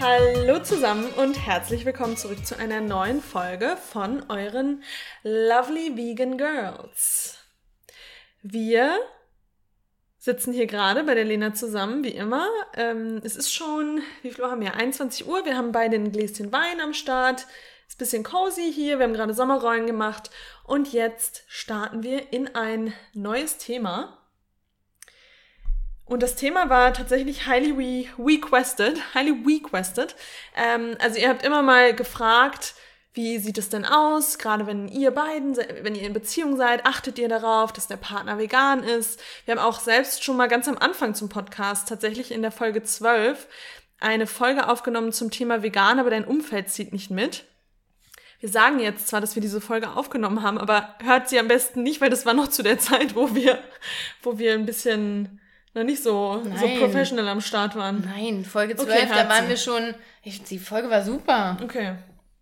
Hallo zusammen und herzlich willkommen zurück zu einer neuen Folge von euren Lovely Vegan Girls. Wir sitzen hier gerade bei der Lena zusammen, wie immer. Es ist schon, wie viel Uhr haben wir? 21 Uhr. Wir haben beide ein Gläschen Wein am Start. Ist ein bisschen cozy hier. Wir haben gerade Sommerrollen gemacht. Und jetzt starten wir in ein neues Thema. Und das Thema war tatsächlich highly requested. Also ihr habt immer mal gefragt, wie sieht es denn aus? Gerade wenn ihr in Beziehung seid, achtet ihr darauf, dass der Partner vegan ist? Wir haben auch selbst schon mal ganz am Anfang zum Podcast, tatsächlich in der Folge 12, eine Folge aufgenommen zum Thema vegan, aber dein Umfeld zieht nicht mit. Wir sagen jetzt zwar, dass wir diese Folge aufgenommen haben, aber hört sie am besten nicht, weil das war noch zu der Zeit, wo wir ein bisschen nicht so professional am Start waren. Nein, Folge 12, okay, da waren wir schon, die Folge war super. Okay.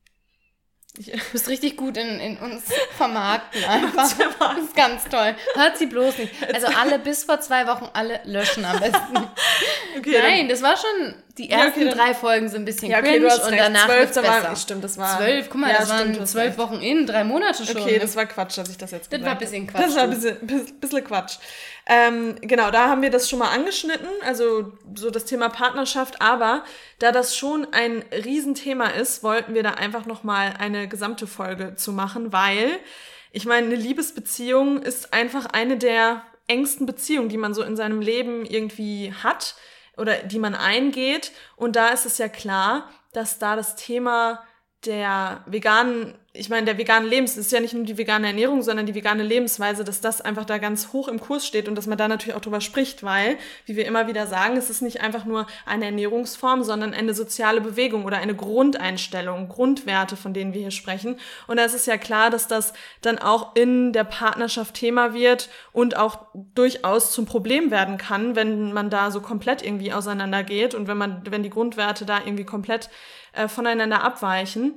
Du bist richtig gut in uns vermarkten einfach. Das ist ganz toll. Hört sie bloß nicht. Also alle bis vor 2 Wochen, alle löschen am besten. Okay, nein, das war schon, die ersten 3 Folgen sind ein bisschen cringe und danach 12, wird's besser. Stimmt, das war 12, guck mal, das waren 12 Wochen 3 Monate schon. Okay, das war Quatsch, dass ich das jetzt gesagt habe. Das war ein bisschen Quatsch. Das war ein bisschen Quatsch. Genau, da haben wir das schon mal angeschnitten, also so das Thema Partnerschaft, aber da das schon ein Riesenthema ist, wollten wir da einfach nochmal eine gesamte Folge zu machen, weil, ich meine, eine Liebesbeziehung ist einfach eine der engsten Beziehungen, die man so in seinem Leben irgendwie hat oder die man eingeht, und da ist es ja klar, dass da das Thema der veganen Lebens, ist ja nicht nur die vegane Ernährung, sondern die vegane Lebensweise, dass das einfach da ganz hoch im Kurs steht und dass man da natürlich auch drüber spricht, weil, wie wir immer wieder sagen, es ist nicht einfach nur eine Ernährungsform, sondern eine soziale Bewegung oder eine Grundeinstellung, Grundwerte, von denen wir hier sprechen. Und da ist es ja klar, dass das dann auch in der Partnerschaft Thema wird und auch durchaus zum Problem werden kann, wenn man da so komplett irgendwie auseinandergeht und wenn die Grundwerte da irgendwie komplett voneinander abweichen.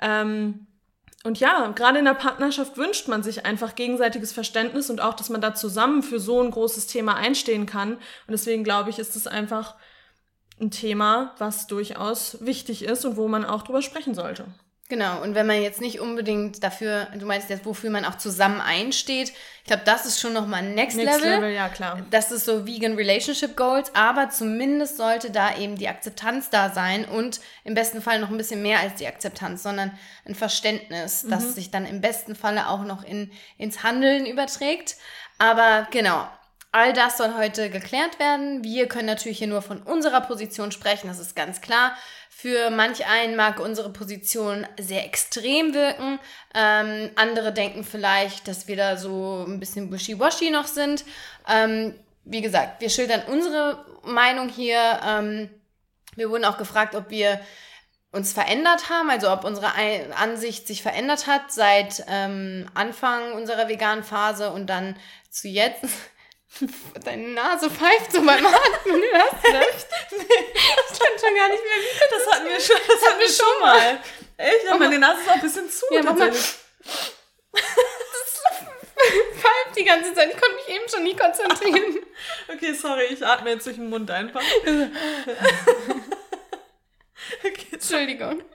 Und ja, gerade in der Partnerschaft wünscht man sich einfach gegenseitiges Verständnis und auch, dass man da zusammen für so ein großes Thema einstehen kann. Und deswegen glaube ich, ist es einfach ein Thema, was durchaus wichtig ist und wo man auch drüber sprechen sollte. Genau, und wenn man jetzt nicht unbedingt dafür, du meinst jetzt, wofür man auch zusammen einsteht, ich glaube, das ist schon nochmal Next Level. Ja, klar. Das ist so Vegan Relationship Goals, aber zumindest sollte da eben die Akzeptanz da sein und im besten Fall noch ein bisschen mehr als die Akzeptanz, sondern ein Verständnis, das sich dann im besten Falle auch noch ins Handeln überträgt. Aber genau, all das soll heute geklärt werden. Wir können natürlich hier nur von unserer Position sprechen, das ist ganz klar. Für manch einen mag unsere Position sehr extrem wirken. Andere denken vielleicht, dass wir da so ein bisschen wishy-washy noch sind. Wie gesagt, wir schildern unsere Meinung hier. Wir wurden auch gefragt, ob wir uns verändert haben, also ob unsere Ansicht sich verändert hat seit Anfang unserer veganen Phase und dann zu jetzt. Deine Nase pfeift so beim Atmen, hörst du das? Nee, ich kann schon gar nicht mehr wie. Das hatten wir schon mal. Echt? Aber meine Nase ist auch ein bisschen zu. Ja, mach mal. Das pfeift die ganze Zeit. Ich konnte mich eben schon nicht konzentrieren. Okay, sorry, ich atme jetzt durch den Mund einfach. Okay, Entschuldigung.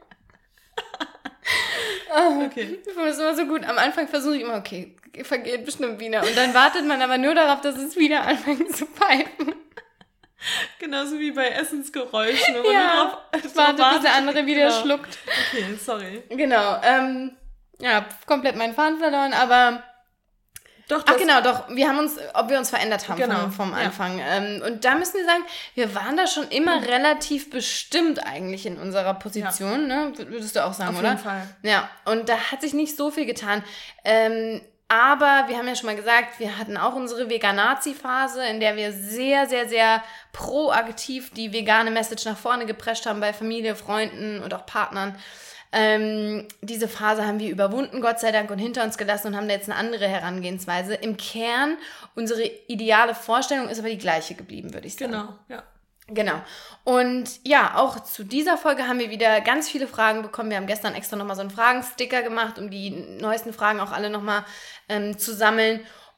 Okay. Ich finde es immer so gut. Am Anfang versuche ich immer, okay, vergeht bestimmt wieder. Und dann wartet man aber nur darauf, dass es wieder anfängt zu pfeifen. Genauso wie bei Essensgeräuschen. Wenn ja, man wartet, bis der andere wieder schluckt. Okay, sorry. Genau. Ja, komplett meinen Faden verloren, aber... Doch. Wir haben ob wir uns verändert haben vom Anfang. Ja. Und da müssen wir sagen, wir waren da schon immer relativ bestimmt eigentlich in unserer Position, ne? Würdest du auch sagen, oder? Auf jeden Fall. Ja, und da hat sich nicht so viel getan. Aber wir haben ja schon mal gesagt, wir hatten auch unsere Vegan-Nazi-Phase, in der wir sehr, sehr, sehr proaktiv die vegane Message nach vorne geprescht haben bei Familie, Freunden und auch Partnern. Diese Phase haben wir überwunden, Gott sei Dank, und hinter uns gelassen und haben da jetzt eine andere Herangehensweise. Im Kern, unsere ideale Vorstellung ist aber die gleiche geblieben, würde ich sagen. Genau, ja. Genau. Und ja, auch zu dieser Folge haben wir wieder ganz viele Fragen bekommen. Wir haben gestern extra nochmal so einen Fragensticker gemacht, um die neuesten Fragen auch alle nochmal zu sammeln.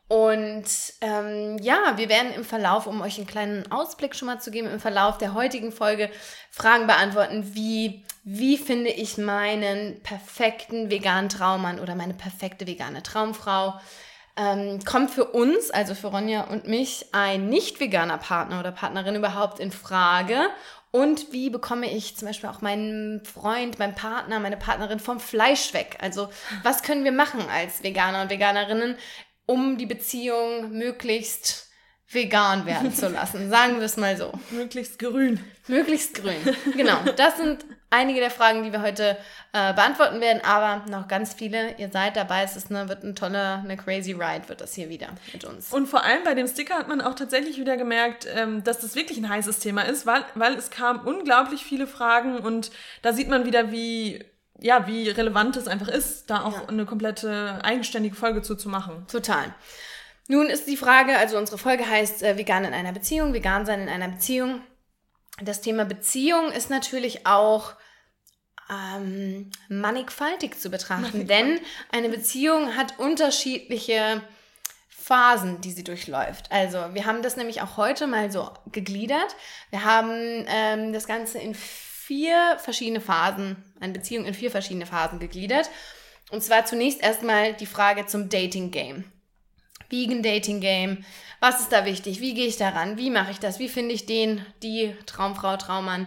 Und wir werden im Verlauf, um euch einen kleinen Ausblick schon mal zu geben, im Verlauf der heutigen Folge Fragen beantworten, wie finde ich meinen perfekten veganen Traummann oder meine perfekte vegane Traumfrau. Kommt für uns, also für Ronja und mich, ein nicht veganer Partner oder Partnerin überhaupt in Frage? Und wie bekomme ich zum Beispiel auch meinen Freund, meinen Partner, meine Partnerin vom Fleisch weg? Also was können wir machen als Veganer und Veganerinnen, um die Beziehung möglichst vegan werden zu lassen? Sagen wir es mal so. Möglichst grün. Möglichst grün, genau. Das sind einige der Fragen, die wir heute beantworten werden, aber noch ganz viele. Ihr seid dabei, wird eine crazy ride, wird das hier wieder mit uns. Und vor allem bei dem Sticker hat man auch tatsächlich wieder gemerkt, dass das wirklich ein heißes Thema ist, weil es kamen unglaublich viele Fragen und da sieht man wieder, wie relevant es einfach ist, da auch eine komplette eigenständige Folge zu machen. Total. Nun ist die Frage, also unsere Folge heißt Vegan in einer Beziehung, vegan sein in einer Beziehung. Das Thema Beziehung ist natürlich auch mannigfaltig zu betrachten, denn eine Beziehung hat unterschiedliche Phasen, die sie durchläuft. Also wir haben das nämlich auch heute mal so gegliedert. Wir haben das Ganze in 4 verschiedene Phasen, eine Beziehung in 4 verschiedene Phasen gegliedert. Und zwar zunächst erstmal die Frage zum Dating-Game. Vegan Dating Game. Was ist da wichtig? Wie gehe ich daran? Wie mache ich das? Wie finde ich die Traumfrau, Traummann?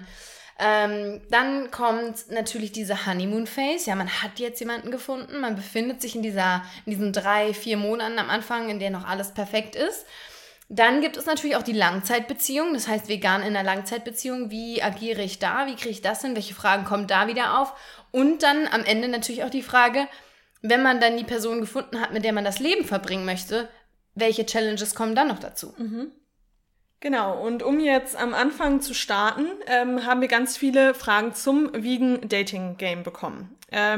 Dann kommt natürlich diese Honeymoon Phase. Ja, man hat jetzt jemanden gefunden. Man befindet sich in diesen 3-4 Monaten am Anfang, in denen noch alles perfekt ist. Dann gibt es natürlich auch die Langzeitbeziehung. Das heißt, vegan in einer Langzeitbeziehung. Wie agiere ich da? Wie kriege ich das hin? Welche Fragen kommen da wieder auf? Und dann am Ende natürlich auch die Frage, wenn man dann die Person gefunden hat, mit der man das Leben verbringen möchte, welche Challenges kommen dann noch dazu? Genau, und um jetzt am Anfang zu starten, haben wir ganz viele Fragen zum Vegan Dating Game bekommen.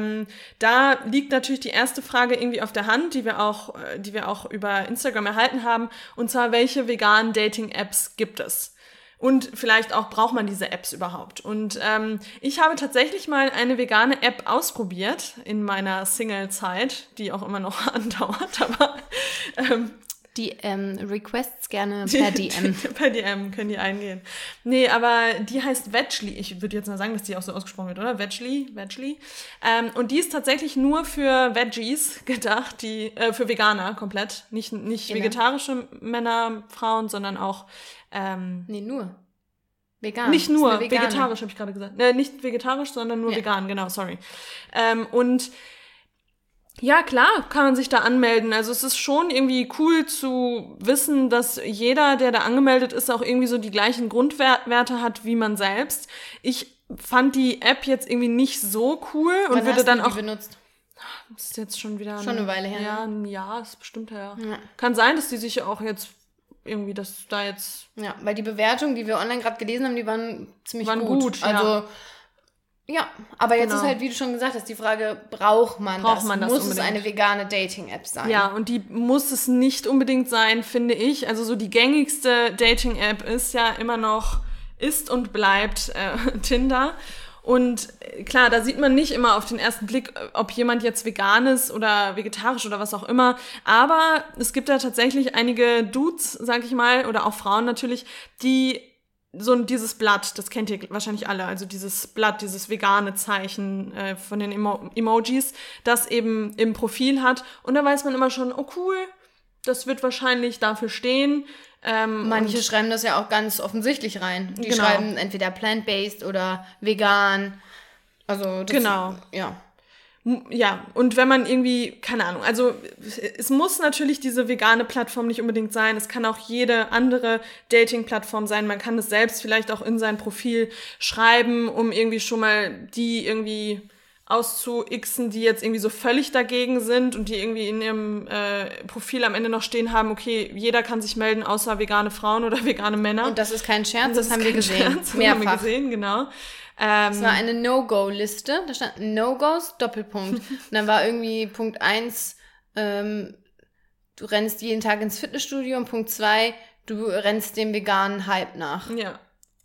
Da liegt natürlich die erste Frage irgendwie auf der Hand, die wir auch über Instagram erhalten haben, und zwar, welche veganen Dating-Apps gibt es? Und vielleicht auch, braucht man diese Apps überhaupt? Und ich habe tatsächlich mal eine vegane App ausprobiert in meiner Single-Zeit, die auch immer noch andauert, aber die Requests gerne per DM. Per DM können die eingehen. Nee, aber die heißt Vegly. Ich würde jetzt mal sagen, dass die auch so ausgesprochen wird, oder? Vegly. Und die ist tatsächlich nur für Veggies gedacht, für Veganer komplett. Nicht genau. Vegetarische Männer, Frauen, sondern auch nur. Vegan. Nicht nur, vegetarisch habe ich gerade gesagt. Nicht vegetarisch, sondern nur vegan, genau, sorry. Und ja, klar, kann man sich da anmelden. Also es ist schon irgendwie cool zu wissen, dass jeder, der da angemeldet ist, auch irgendwie so die gleichen Grundwerte hat wie man selbst. Ich fand die App jetzt irgendwie nicht so cool und Wann würde hast dann du auch. Die benutzt? Das ist jetzt schon wieder eine Weile her. Ja, ein Jahr ist bestimmt her. Ja. Kann sein, dass die sich auch jetzt irgendwie, dass da jetzt. Ja, weil die Bewertungen, die wir online gerade gelesen haben, die waren ziemlich gut. Also ja, aber jetzt ist halt, wie du schon gesagt hast, die Frage, braucht man das? Muss unbedingt? Es eine vegane Dating-App sein? Ja, und die muss es nicht unbedingt sein, finde ich. Also so die gängigste Dating-App ist ja immer noch, ist und bleibt Tinder. Und klar, da sieht man nicht immer auf den ersten Blick, ob jemand jetzt vegan ist oder vegetarisch oder was auch immer. Aber es gibt da tatsächlich einige Dudes, sag ich mal, oder auch Frauen natürlich, die dieses Blatt, das kennt ihr wahrscheinlich alle, also dieses Blatt, dieses vegane Zeichen von den Emojis, das eben im Profil hat. Und da weiß man immer schon, oh cool, das wird wahrscheinlich dafür stehen. Manche schreiben das ja auch ganz offensichtlich rein. Die schreiben entweder plant-based oder vegan. Also das, ja. Ja, und wenn man irgendwie, keine Ahnung, also es muss natürlich diese vegane Plattform nicht unbedingt sein, es kann auch jede andere Dating-Plattform sein, man kann es selbst vielleicht auch in sein Profil schreiben, um irgendwie schon mal die irgendwie auszuixen, die jetzt irgendwie so völlig dagegen sind und die irgendwie in ihrem Profil am Ende noch stehen haben, okay, jeder kann sich melden, außer vegane Frauen oder vegane Männer. Und das ist kein Scherz, das haben wir gesehen. Mehrfach. Haben wir gesehen, genau. Es war eine No-Go-Liste, da stand No-Gos, Doppelpunkt. Und dann war irgendwie Punkt 1, du rennst jeden Tag ins Fitnessstudio, und Punkt 2, du rennst dem veganen Hype nach. Ja.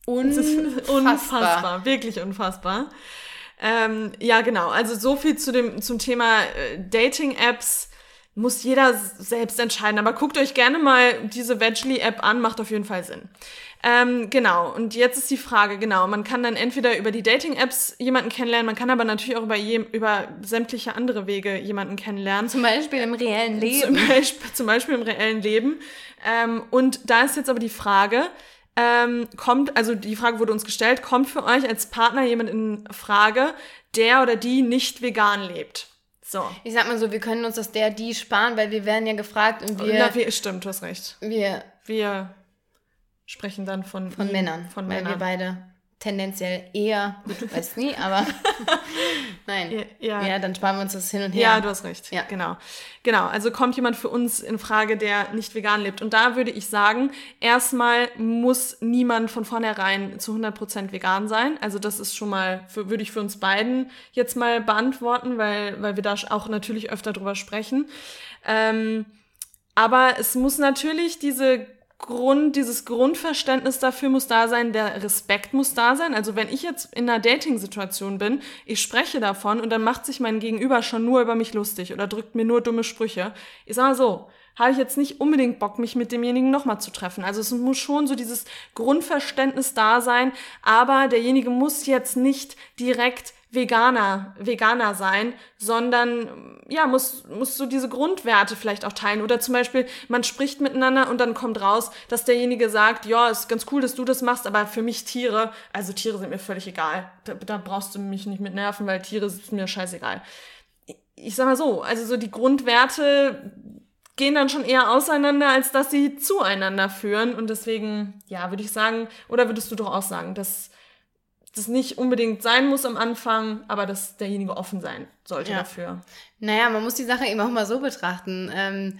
Unfassbar, wirklich unfassbar. Ja, genau, also so viel zum Thema Dating-Apps. muss jeder selbst entscheiden. Aber guckt euch gerne mal diese Vegely-App an, macht auf jeden Fall Sinn. Genau, und jetzt ist die Frage, genau, man kann dann entweder über die Dating-Apps jemanden kennenlernen, man kann aber natürlich auch über sämtliche andere Wege jemanden kennenlernen. Zum Beispiel im reellen Leben. Zum Beispiel im reellen Leben. Und da ist jetzt aber die Frage, die Frage wurde uns gestellt, kommt für euch als Partner jemand in Frage, der oder die nicht vegan lebt? So. Ich sag mal so, wir können uns das die sparen, weil wir werden ja gefragt und stimmt, du hast recht. Wir sprechen dann von Männern. Weil wir beide tendenziell eher, gut, du weißt nie, aber nein. Ja, dann sparen wir uns das hin und her. Ja, du hast recht. Ja. Genau, also kommt jemand für uns in Frage, der nicht vegan lebt. Und da würde ich sagen, erstmal muss niemand von vornherein zu 100% vegan sein. Also das ist schon mal, würde ich für uns beiden jetzt mal beantworten, weil wir da auch natürlich öfter drüber sprechen. Aber es muss natürlich dieses Grundverständnis dafür muss da sein, der Respekt muss da sein. Also wenn ich jetzt in einer Dating-Situation bin, ich spreche davon und dann macht sich mein Gegenüber schon nur über mich lustig oder drückt mir nur dumme Sprüche. Ich sag mal so, habe ich jetzt nicht unbedingt Bock, mich mit demjenigen nochmal zu treffen. Also es muss schon so dieses Grundverständnis da sein, aber derjenige muss jetzt nicht direkt Veganer sein, sondern ja, muss so diese Grundwerte vielleicht auch teilen. Oder zum Beispiel, man spricht miteinander und dann kommt raus, dass derjenige sagt, ja, ist ganz cool, dass du das machst, aber für mich Tiere sind mir völlig egal. Da brauchst du mich nicht mit nerven, weil Tiere sind mir scheißegal. Ich sag mal so, also so die Grundwerte gehen dann schon eher auseinander, als dass sie zueinander führen. Und deswegen, ja, würde ich sagen, oder würdest du doch auch sagen, dass das nicht unbedingt sein muss am Anfang, aber dass derjenige offen sein sollte dafür. Naja, man muss die Sache eben auch mal so betrachten.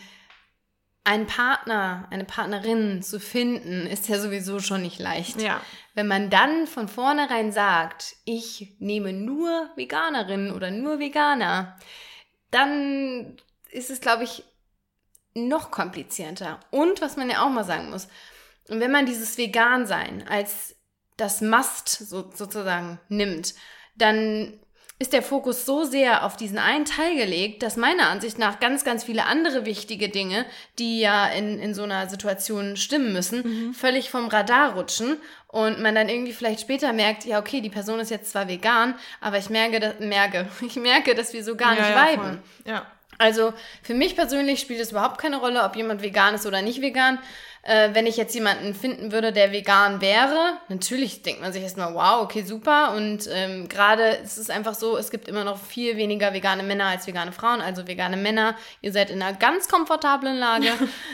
Einen Partner, eine Partnerin zu finden, ist ja sowieso schon nicht leicht. Ja. Wenn man dann von vornherein sagt, ich nehme nur Veganerinnen oder nur Veganer, dann ist es, glaube ich, noch komplizierter. Und was man ja auch mal sagen muss, wenn man dieses Vegan-Sein als das Must sozusagen nimmt, dann ist der Fokus so sehr auf diesen einen Teil gelegt, dass meiner Ansicht nach ganz, ganz viele andere wichtige Dinge, die ja in so einer Situation stimmen müssen, völlig vom Radar rutschen und man dann irgendwie vielleicht später merkt, ja okay, die Person ist jetzt zwar vegan, aber ich merke, dass wir so gar nicht viben. Ja. Also für mich persönlich spielt es überhaupt keine Rolle, ob jemand vegan ist oder nicht vegan. Wenn ich jetzt jemanden finden würde, der vegan wäre, natürlich denkt man sich erstmal, wow, okay, super. Und gerade ist es einfach so, es gibt immer noch viel weniger vegane Männer als vegane Frauen. Also vegane Männer, ihr seid in einer ganz komfortablen Lage.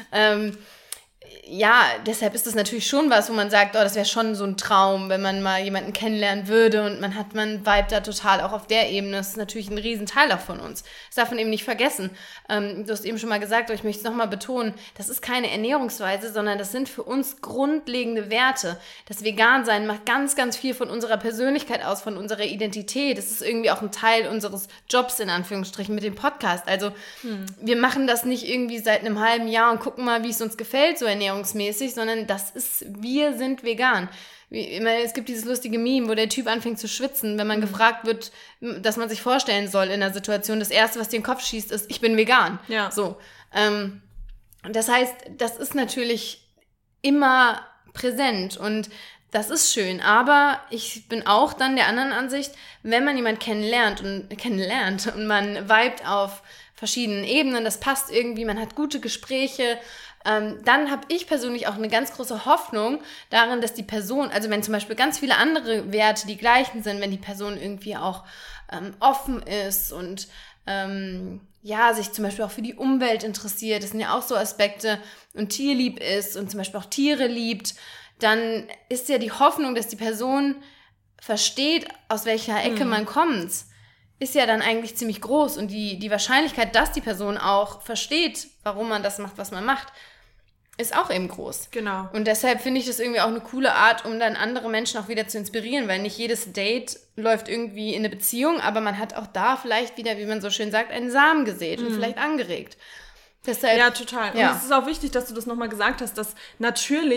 Ja, deshalb ist das natürlich schon was, wo man sagt, oh, das wäre schon so ein Traum, wenn man mal jemanden kennenlernen würde und man vibe da total auch auf der Ebene. Das ist natürlich ein Riesenteil auch von uns. Das darf man eben nicht vergessen. Du hast eben schon mal gesagt, aber ich möchte es nochmal betonen, das ist keine Ernährungsweise, sondern das sind für uns grundlegende Werte. Das Vegansein macht ganz, ganz viel von unserer Persönlichkeit aus, von unserer Identität. Das ist irgendwie auch ein Teil unseres Jobs, in Anführungsstrichen, mit dem Podcast. Also wir machen das nicht irgendwie seit einem halben Jahr und gucken mal, wie es uns gefällt, so ernährungsmäßig, sondern wir sind vegan. Es gibt dieses lustige Meme, wo der Typ anfängt zu schwitzen, wenn man gefragt wird, dass man sich vorstellen soll in einer Situation. Das Erste, was dir in den Kopf schießt, ist, ich bin vegan. Ja. So. Das heißt, das ist natürlich immer präsent und das ist schön, aber ich bin auch dann der anderen Ansicht, wenn man jemanden kennenlernt und man vibet auf verschiedenen Ebenen, das passt irgendwie, man hat gute Gespräche, dann habe ich persönlich auch eine ganz große Hoffnung darin, dass die Person, also wenn zum Beispiel ganz viele andere Werte die gleichen sind, wenn die Person irgendwie auch offen ist und sich zum Beispiel auch für die Umwelt interessiert, das sind ja auch so Aspekte, und tierlieb ist und zum Beispiel auch Tiere liebt, dann ist ja die Hoffnung, dass die Person versteht, aus welcher Ecke man kommt, ist ja dann eigentlich ziemlich groß. Und die Wahrscheinlichkeit, dass die Person auch versteht, warum man das macht, was man macht, ist auch eben groß. Genau. Und deshalb finde ich das irgendwie auch eine coole Art, um dann andere Menschen auch wieder zu inspirieren, weil nicht jedes Date läuft irgendwie in eine Beziehung, aber man hat auch da vielleicht wieder, wie man so schön sagt, einen Samen gesät und vielleicht angeregt. Deshalb, ja, total. Und es ist auch wichtig, dass du das nochmal gesagt hast, dass natürlich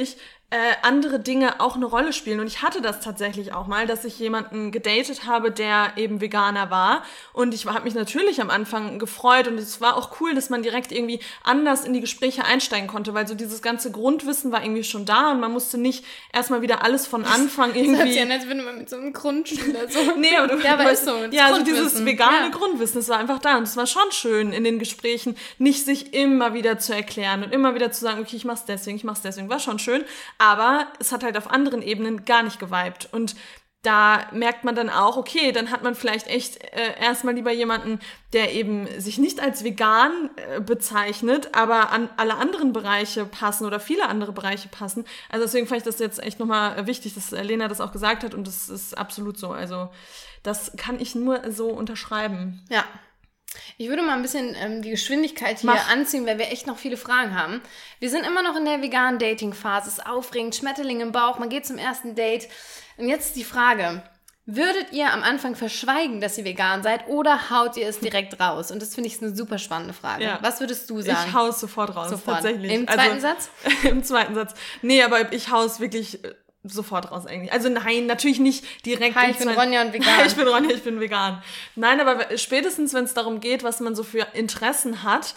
andere Dinge auch eine Rolle spielen. Und ich hatte das tatsächlich auch mal, dass ich jemanden gedatet habe, der eben Veganer war. Und ich habe mich natürlich am Anfang gefreut. Und es war auch cool, dass man direkt irgendwie anders in die Gespräche einsteigen konnte, weil so dieses ganze Grundwissen war irgendwie schon da und man musste nicht erstmal wieder alles von Anfang irgendwie... Das hört sich an, als wenn man mit so einem Grundschüler so... Nee, aber du... Ja, aber ist so. Ja, also dieses vegane Grundwissen, das war einfach da. Und es war schon schön in den Gesprächen, nicht sich immer wieder zu erklären und immer wieder zu sagen, okay, ich mach's deswegen. War schon schön. Aber es hat halt auf anderen Ebenen gar nicht geweibt. Und da merkt man dann auch, okay, dann hat man vielleicht echt erstmal lieber jemanden, der eben sich nicht als vegan bezeichnet, aber an alle anderen Bereiche passen oder viele andere Bereiche passen. Also deswegen fand ich das jetzt echt nochmal wichtig, dass Lena das auch gesagt hat und das ist absolut so. Also das kann ich nur so unterschreiben. Ja. Ich würde mal ein bisschen die Geschwindigkeit hier anziehen, weil wir echt noch viele Fragen haben. Wir sind immer noch in der veganen Dating-Phase. Es ist aufregend, Schmetterling im Bauch, man geht zum ersten Date. Und jetzt die Frage, würdet ihr am Anfang verschweigen, dass ihr vegan seid oder haut ihr es direkt raus? Und das finde ich eine super spannende Frage. Ja. Was würdest du sagen? Ich hau es sofort raus, tatsächlich. Im zweiten Satz? Im zweiten Satz. Nee, aber ich hau es wirklich... sofort raus eigentlich. Also nein, natürlich nicht direkt. Hi, ich bin Ronja und vegan. Hi, ich bin Ronja, ich bin vegan. Nein, aber spätestens, wenn es darum geht, was man so für Interessen hat,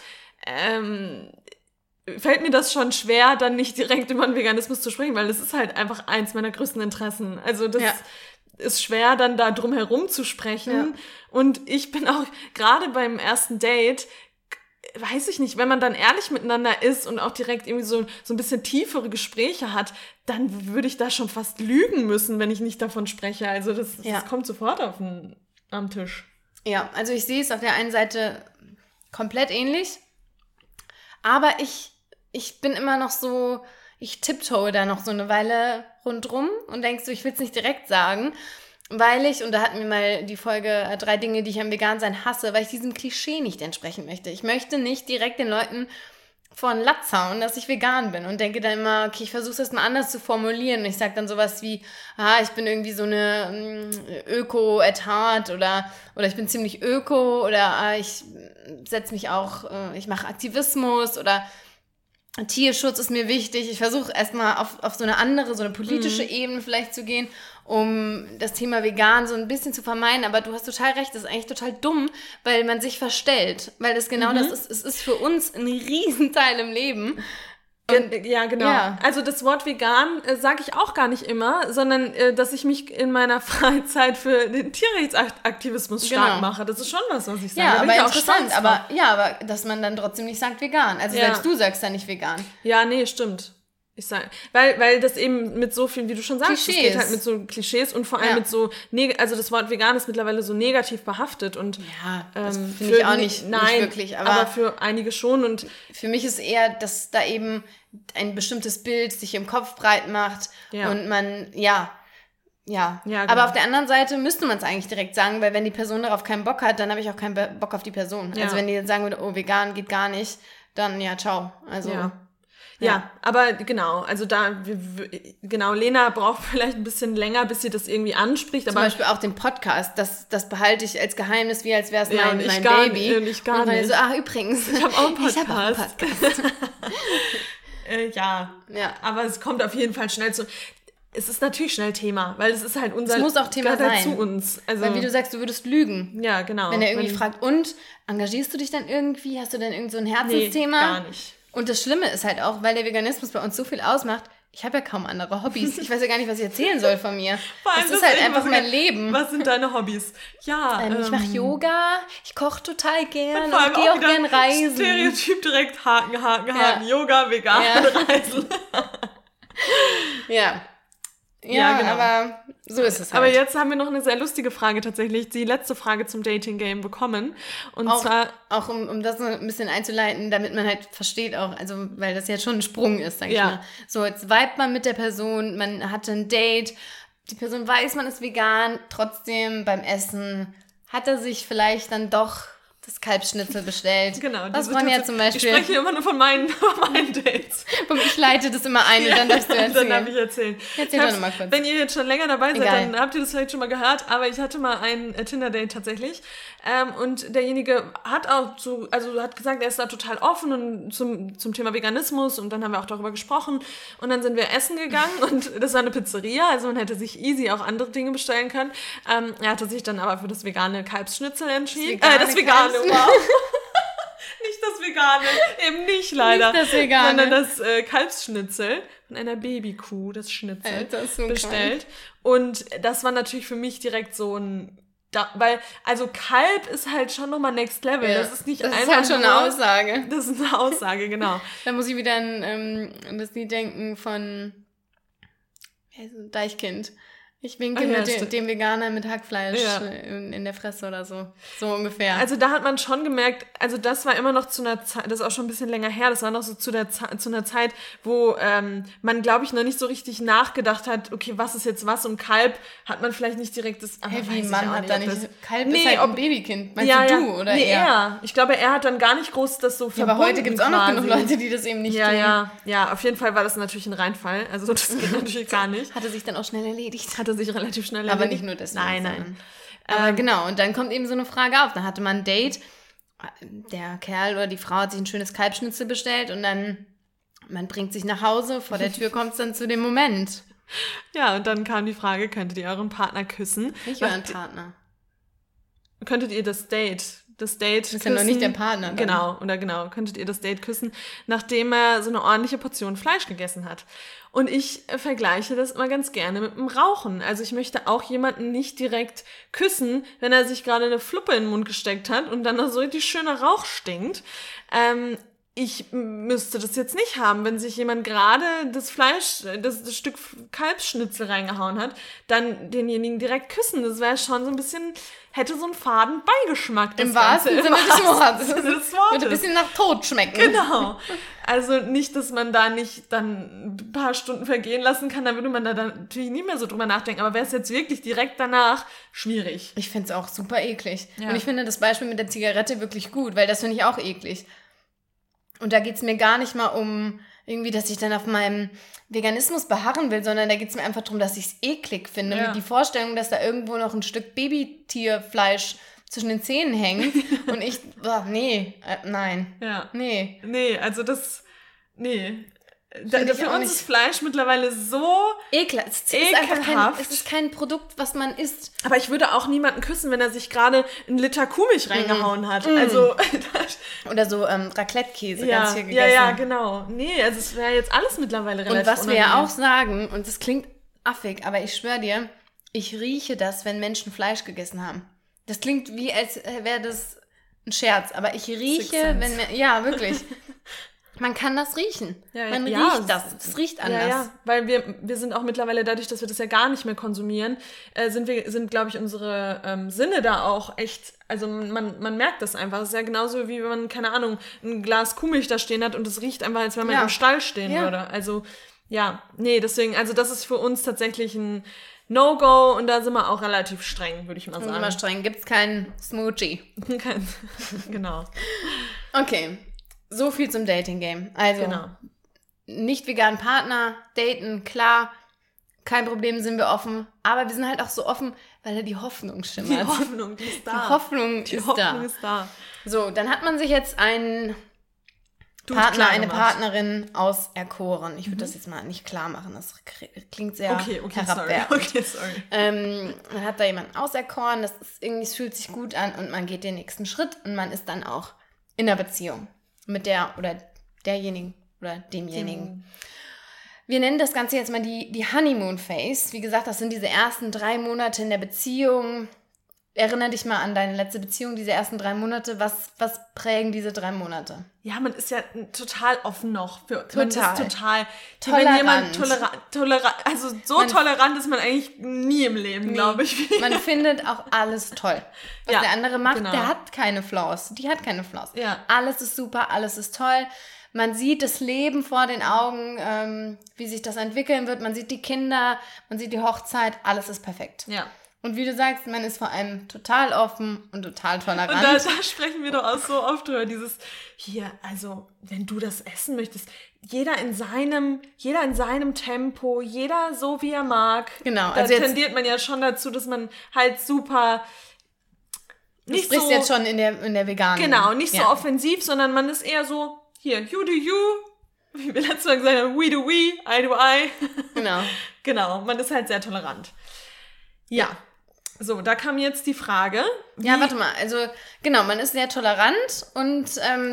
fällt mir das schon schwer, dann nicht direkt über den Veganismus zu sprechen, weil das ist halt einfach eins meiner größten Interessen. Also das ist schwer, dann da drum herum zu sprechen. Ja. Und ich bin auch gerade beim ersten Date, weiß ich nicht, wenn man dann ehrlich miteinander ist und auch direkt irgendwie so ein bisschen tiefere Gespräche hat, dann würde ich da schon fast lügen müssen, wenn ich nicht davon spreche. Also das kommt sofort am Tisch. Ja, also ich sehe es auf der einen Seite komplett ähnlich, aber ich bin immer noch so, ich tiptoe da noch so eine Weile rundrum und denke so, ich will es nicht direkt sagen, weil ich, und da hatten wir mal die Folge 3 Dinge, die ich am Vegansein hasse, weil ich diesem Klischee nicht entsprechen möchte. Ich möchte nicht direkt den Leuten vor den Latz hauen, dass ich vegan bin und denke dann immer, okay, ich versuche es mal anders zu formulieren und ich sage dann sowas wie, ich bin irgendwie so eine Öko at heart oder ich bin ziemlich öko oder ich setze mich auch, ich mache Aktivismus oder Tierschutz ist mir wichtig. Ich versuche erstmal auf so eine andere, so eine politische Ebene vielleicht zu gehen, um das Thema vegan so ein bisschen zu vermeiden. Aber du hast total recht, das ist eigentlich total dumm, weil man sich verstellt. Weil das genau das ist, es ist für uns ein Riesenteil im Leben. Ja, genau. Ja. Also das Wort vegan sage ich auch gar nicht immer, sondern dass ich mich in meiner Freizeit für den Tierrechtsaktivismus stark mache. Das ist schon was ich sage. Ja, aber interessant. Aber dass man dann trotzdem nicht sagt vegan. Also selbst du sagst ja nicht vegan. Ja, nee, stimmt. Ich sag, weil das eben mit so viel, wie du schon sagst, es geht halt mit so Klischees und vor allem mit so, also das Wort vegan ist mittlerweile so negativ behaftet und das finde ich auch nicht wirklich. Aber für einige schon und für mich ist eher, dass da eben ein bestimmtes Bild sich im Kopf breit macht und man, genau. Aber auf der anderen Seite müsste man es eigentlich direkt sagen, weil wenn die Person darauf keinen Bock hat, dann habe ich auch keinen Bock auf die Person. Also wenn die jetzt sagen würde, oh, vegan geht gar nicht, dann ciao. Also Ja, aber genau, also Lena braucht vielleicht ein bisschen länger, bis sie das irgendwie anspricht. Zum Beispiel auch den Podcast, das behalte ich als Geheimnis, wie als wäre es mein Baby. Ich gar nicht. So, übrigens, ich habe auch einen Podcast. Aber es kommt auf jeden Fall schnell zu... Es ist natürlich schnell Thema, weil es ist halt unser... Es muss auch Thema sein. Zu uns. Also, weil wie du sagst, du würdest lügen. Ja, genau. Wenn er irgendwie fragt, und, engagierst du dich dann irgendwie? Hast du denn irgend so ein Herzensthema? Nee, gar nicht. Und das Schlimme ist halt auch, weil der Veganismus bei uns so viel ausmacht, ich habe ja kaum andere Hobbys. Ich weiß ja gar nicht, was ich erzählen soll von mir. Das ist halt einfach mein Leben. Was sind deine Hobbys? Ja, ich mache Yoga, ich koche total gern und gehe auch gern reisen. Stereotyp direkt Haken. Yoga, vegan, Reisen. Ja, genau. Aber so ist es halt. Aber jetzt haben wir noch eine sehr lustige Frage tatsächlich, die letzte Frage zum Dating-Game bekommen. Und zwar... Auch um das ein bisschen einzuleiten, damit man halt versteht auch, also weil das ja schon ein Sprung ist, sag ich mal. So, jetzt vibet man mit der Person, man hatte ein Date, die Person weiß, man ist vegan, trotzdem beim Essen hat er sich vielleicht dann doch das Kalbsschnitzel bestellt. Genau. Was man ja zum Beispiel... Ich spreche immer nur von meinen Dates. Ich leite das immer ein und dann darfst du erzählen. Dann darf ich erzählen. Erzähl doch nochmal kurz. Wenn ihr jetzt schon länger dabei seid, dann habt ihr das vielleicht schon mal gehört, aber ich hatte mal ein Tinder-Date tatsächlich und derjenige hat auch hat gesagt, er ist da total offen und zum Thema Veganismus und dann haben wir auch darüber gesprochen und dann sind wir essen gegangen und das war eine Pizzeria, also man hätte sich easy auch andere Dinge bestellen können. Er hatte sich dann aber für das vegane Kalbsschnitzel entschieden. Das vegane, wow. Nicht das Vegane, eben nicht leider. Nicht das Vegane. Sondern das Kalbsschnitzel von einer Babykuh, das Schnitzel, so bestellt. Und das war natürlich für mich direkt so ein... weil, also Kalb ist halt schon nochmal Next Level. Ja, das ist nicht einfach. Das ist halt schon eine Aussage. Das ist eine Aussage, genau. Da muss ich wieder an das Lied denken von Deichkind. Ich winke mit dem Veganer mit Hackfleisch in der Fresse oder so. So ungefähr. Also da hat man schon gemerkt, also das war immer noch zu einer Zeit, das ist auch schon ein bisschen länger her, das war noch so zu einer Zeit, wo man, glaube ich, noch nicht so richtig nachgedacht hat, okay, was ist jetzt was? Und Kalb hat man vielleicht nicht direkt das... Wie Mann hat da nicht... Kalb ist halt ein Babykind. Meinst du oder er? Ich glaube, er hat dann gar nicht groß das so verbunden. Aber heute gibt es auch noch genug Leute, die das eben nicht tun. Ja, auf jeden Fall war das natürlich ein Reinfall. Also das geht natürlich gar nicht. Hatte sich dann auch schnell erledigt. Sich relativ schnell erledigt. Aber nicht nur deswegen. Nein. Aber genau, und dann kommt eben so eine Frage auf. Dann hatte man ein Date, der Kerl oder die Frau hat sich ein schönes Kalbsschnitzel bestellt und dann, man bringt sich nach Hause, vor der Tür kommt es dann zu dem Moment. Ja, und dann kam die Frage, könntet ihr euren Partner küssen? Nicht euren Partner. Könntet ihr das Date küssen? Ist ja noch nicht der Partner. Dann. Genau. Könntet ihr das Date küssen, nachdem er so eine ordentliche Portion Fleisch gegessen hat? Und ich vergleiche das immer ganz gerne mit dem Rauchen. Also ich möchte auch jemanden nicht direkt küssen, wenn er sich gerade eine Fluppe in den Mund gesteckt hat und dann noch so richtig schöner Rauch stinkt. Ich müsste das jetzt nicht haben, wenn sich jemand gerade das Stück Kalbsschnitzel reingehauen hat, dann denjenigen direkt küssen. Das wäre schon so ein bisschen, hätte so einen faden Beigeschmack. Im wahrsten Sinne des Wortes. Würde ein bisschen nach Tod schmecken. Genau. Also nicht, dass man da nicht dann ein paar Stunden vergehen lassen kann, da würde man da dann natürlich nie mehr so drüber nachdenken. Aber wäre es jetzt wirklich direkt danach, schwierig. Ich finde es auch super eklig. Ja. Und ich finde das Beispiel mit der Zigarette wirklich gut, weil das finde ich auch eklig. Und da geht es mir gar nicht mal um irgendwie, dass ich dann auf meinem Veganismus beharren will, sondern da geht es mir einfach darum, dass ich es eklig finde. Ja. Mit die Vorstellung, dass da irgendwo noch ein Stück Babytierfleisch zwischen den Zähnen hängt und ich, nein. Ja. Nee, also das, für uns ist Fleisch mittlerweile so ekelhaft. Es ist kein Produkt, was man isst. Aber ich würde auch niemanden küssen, wenn er sich gerade einen Liter Kuhmilch reingehauen hat. Also oder so Raclette-Käse ganz viel gegessen. Ja, genau. Nee, also es wäre jetzt alles mittlerweile relativ Und was wir ja auch sagen, und das klingt affig, aber ich schwöre dir, ich rieche das, wenn Menschen Fleisch gegessen haben. Das klingt wie, als wäre das ein Scherz, aber ich rieche, ja, wirklich. Man kann das riechen. Man riecht das. Es riecht anders. Ja, weil wir sind auch mittlerweile, dadurch, dass wir das ja gar nicht mehr konsumieren, sind glaube ich, unsere Sinne da auch echt, also man merkt das einfach. Es ist ja genauso, wie wenn man, keine Ahnung, ein Glas Kuhmilch da stehen hat und es riecht einfach, als wenn man im Stall stehen würde. Also, deswegen, also das ist für uns tatsächlich ein No-Go und da sind wir auch relativ streng, würde ich mal sagen. Immer streng. Gibt's keinen Smoochie. Genau. Okay. So viel zum Dating-Game. Also, nicht veganen Partner, daten, klar, kein Problem, sind wir offen. Aber wir sind halt auch so offen, weil da die Hoffnung schimmert. Die Hoffnung ist da. Die Hoffnung ist da. So, dann hat man sich jetzt einen Partner, eine Partnerin auserkoren. Ich würde das jetzt mal nicht klar machen, das klingt sehr herabwertend. Okay, sorry. Man hat da jemanden auserkoren, es fühlt sich gut an und man geht den nächsten Schritt und man ist dann auch in einer Beziehung. Mit der oder derjenigen oder demjenigen. Wir nennen das Ganze jetzt mal die Honeymoon Phase. Wie gesagt, das sind diese ersten 3 Monate in der Beziehung. Erinnere dich mal an deine letzte Beziehung, diese ersten 3 Monate. Was prägen diese 3 Monate? Ja, man ist ja total offen noch. Man ist total tolerant. Wenn jemand tolerant ist man eigentlich nie im Leben, glaube ich. Man findet auch alles toll. Was der andere macht, der hat keine Flaws. Die hat keine Flaws. Ja. Alles ist super, alles ist toll. Man sieht das Leben vor den Augen, wie sich das entwickeln wird. Man sieht die Kinder, man sieht die Hochzeit. Alles ist perfekt. Ja. Und wie du sagst, man ist vor allem total offen und total tolerant. Und da sprechen wir doch auch so oft drüber, dieses, hier, also, wenn du das essen möchtest, jeder in seinem Tempo, jeder so, wie er mag. Genau. Da also tendiert man ja schon dazu, dass man halt super... Du sprichst so, jetzt schon in der veganen. Genau, nicht so offensiv, sondern man ist eher so, hier, you do you, wie wir letztes Mal gesagt haben, we do we, I do I. Genau. Genau, man ist halt sehr tolerant. Ja. So, da kam jetzt die Frage. Ja, warte mal. Also, genau, man ist sehr tolerant und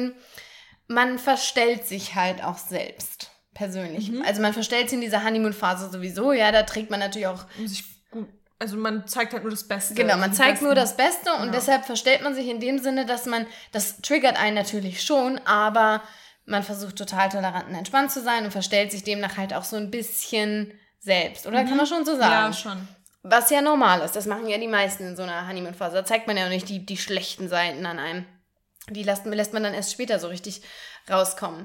man verstellt sich halt auch selbst persönlich. Also, man verstellt sich in dieser Honeymoon-Phase sowieso. Ja, da trägt man natürlich auch... Also, man zeigt halt nur das Beste. Genau, man zeigt nur das Beste und deshalb verstellt man sich in dem Sinne, dass das triggert einen natürlich schon, aber man versucht total tolerant und entspannt zu sein und verstellt sich demnach halt auch so ein bisschen selbst. Oder kann man schon so sagen? Ja, schon. Was ja normal ist, das machen ja die meisten in so einer Honeymoon-Phase. Da zeigt man ja auch nicht die schlechten Seiten an einem. Die lässt man dann erst später so richtig rauskommen.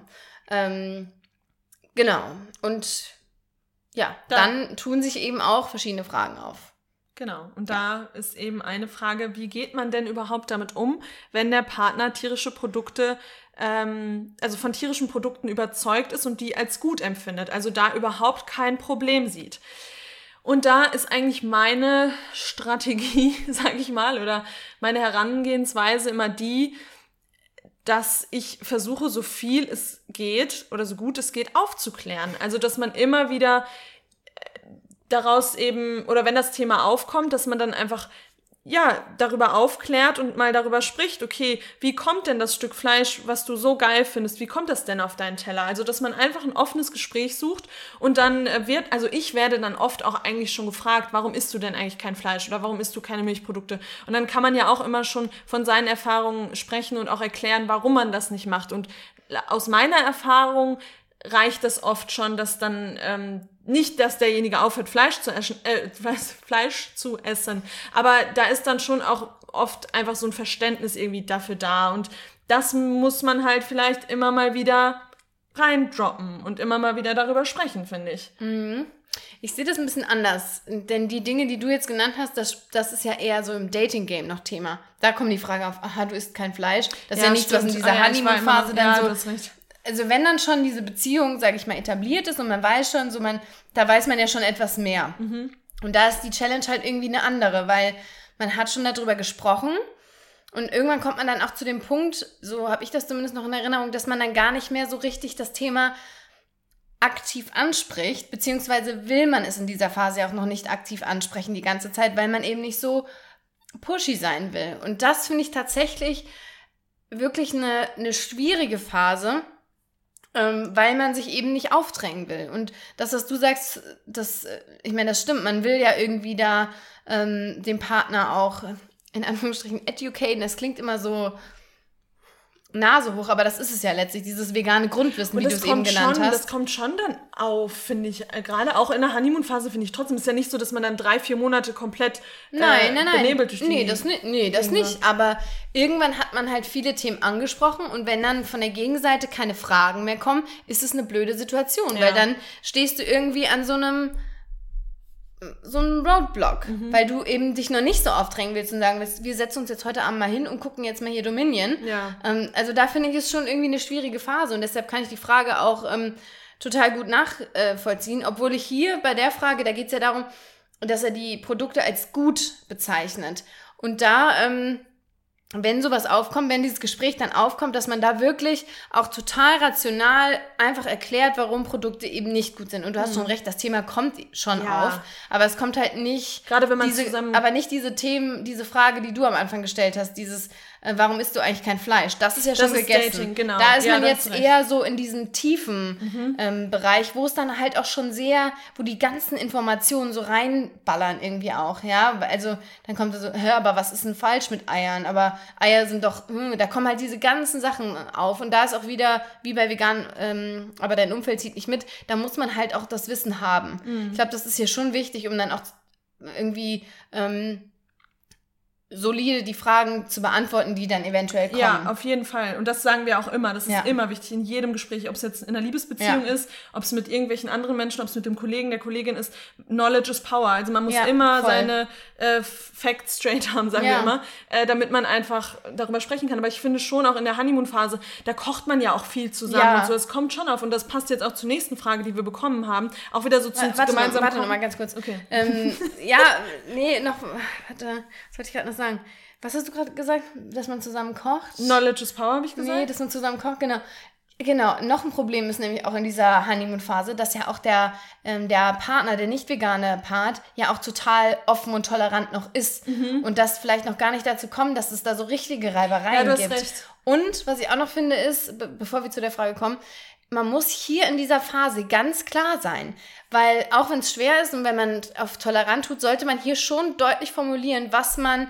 Genau. Und ja, dann tun sich eben auch verschiedene Fragen auf. Genau. Und da ist eben eine Frage, wie geht man denn überhaupt damit um, wenn der Partner tierische Produkte, also von tierischen Produkten überzeugt ist und die als gut empfindet, also da überhaupt kein Problem sieht. Und da ist eigentlich meine Strategie, sage ich mal, oder meine Herangehensweise immer die, dass ich versuche, so viel es geht oder so gut es geht aufzuklären. Also, dass man immer wieder daraus eben, oder wenn das Thema aufkommt, dass man dann einfach darüber aufklärt und mal darüber spricht, okay, wie kommt denn das Stück Fleisch, was du so geil findest, wie kommt das denn auf deinen Teller? Also, dass man einfach ein offenes Gespräch sucht und dann ich werde dann oft auch eigentlich schon gefragt, warum isst du denn eigentlich kein Fleisch oder warum isst du keine Milchprodukte? Und dann kann man ja auch immer schon von seinen Erfahrungen sprechen und auch erklären, warum man das nicht macht. Und aus meiner Erfahrung reicht das oft schon, dass dann nicht, dass derjenige aufhört, Fleisch zu essen, aber da ist dann schon auch oft einfach so ein Verständnis irgendwie dafür da und das muss man halt vielleicht immer mal wieder reindroppen und immer mal wieder darüber sprechen, finde ich. Ich sehe das ein bisschen anders, denn die Dinge, die du jetzt genannt hast, das ist ja eher so im Dating-Game noch Thema. Da kommt die Frage auf, aha, du isst kein Fleisch. Das ist ja nichts, was in dieser Honeymoon-Phase dann so... Das nicht. Also wenn dann schon diese Beziehung, sage ich mal, etabliert ist und man weiß schon, da weiß man ja schon etwas mehr. Und da ist die Challenge halt irgendwie eine andere, weil man hat schon darüber gesprochen und irgendwann kommt man dann auch zu dem Punkt, so habe ich das zumindest noch in Erinnerung, dass man dann gar nicht mehr so richtig das Thema aktiv anspricht, beziehungsweise will man es in dieser Phase ja auch noch nicht aktiv ansprechen die ganze Zeit, weil man eben nicht so pushy sein will. Und das finde ich tatsächlich wirklich eine schwierige Phase, weil man sich eben nicht aufdrängen will. Und das, was du sagst, ich meine, das stimmt. Man will ja irgendwie da den Partner auch in Anführungsstrichen educaten. Das klingt immer so Nase hoch, aber das ist es ja letztlich, dieses vegane Grundwissen, wie du es eben genannt hast. Das kommt schon dann auf, finde ich. Gerade auch in der Honeymoon-Phase finde ich trotzdem. Ist ja nicht so, dass man dann 3-4 Monate komplett benebelt durch die... das nicht. Aber irgendwann hat man halt viele Themen angesprochen und wenn dann von der Gegenseite keine Fragen mehr kommen, ist es eine blöde Situation, weil dann stehst du irgendwie an so einem Roadblock, weil du eben dich noch nicht so aufdrängen willst und sagen willst, wir setzen uns jetzt heute Abend mal hin und gucken jetzt mal hier Dominion. Ja. Also da finde ich es schon irgendwie eine schwierige Phase und deshalb kann ich die Frage auch total gut nachvollziehen, obwohl ich hier bei der Frage, da geht es ja darum, dass er die Produkte als gut bezeichnet. Und da, wenn sowas aufkommt, wenn dieses Gespräch dann aufkommt, dass man da wirklich auch total rational einfach erklärt, warum Produkte eben nicht gut sind. Und du hast schon recht, das Thema kommt schon auf, aber es kommt halt nicht, gerade wenn man aber nicht diese Themen, diese Frage, die du am Anfang gestellt hast, dieses, warum isst du eigentlich kein Fleisch? Das ist ja schon gegessen. Dating, genau. Da ist man jetzt eher so in diesem tiefen Bereich, wo es dann halt auch schon sehr, wo die ganzen Informationen so reinballern irgendwie auch, ja. Also dann kommt so, aber was ist denn falsch mit Eiern? Aber Eier sind doch, da kommen halt diese ganzen Sachen auf und da ist auch wieder, wie bei vegan, aber dein Umfeld zieht nicht mit, da muss man halt auch das Wissen haben. Ich glaube, das ist hier schon wichtig, um dann auch irgendwie solide die Fragen zu beantworten, die dann eventuell kommen. Ja, auf jeden Fall. Und das sagen wir auch immer. Das ist immer wichtig in jedem Gespräch, ob es jetzt in einer Liebesbeziehung ist, ob es mit irgendwelchen anderen Menschen, ob es mit dem Kollegen, der Kollegin ist. Knowledge is power. Also man muss immer seine Facts straight haben, sagen wir immer, damit man einfach darüber sprechen kann. Aber ich finde schon auch in der Honeymoon-Phase, da kocht man ja auch viel zusammen und so. Das kommt schon auf. Und das passt jetzt auch zur nächsten Frage, die wir bekommen haben. Auch wieder so zum gemeinsamen Warte noch mal ganz kurz. Okay. Was wollte ich gerade noch sagen? Was hast du gerade gesagt? Dass man zusammen kocht? Knowledge is power, habe ich gesagt? Nee, dass man zusammen kocht, genau. Genau, noch ein Problem ist nämlich auch in dieser Honeymoon-Phase, dass ja auch der Partner, der nicht vegane Part, ja auch total offen und tolerant noch ist. Und das vielleicht noch gar nicht dazu kommt, dass es da so richtige Reibereien gibt. Recht. Und was ich auch noch finde ist, bevor wir zu der Frage kommen, man muss hier in dieser Phase ganz klar sein, weil auch wenn es schwer ist und wenn man auf tolerant tut, sollte man hier schon deutlich formulieren, was man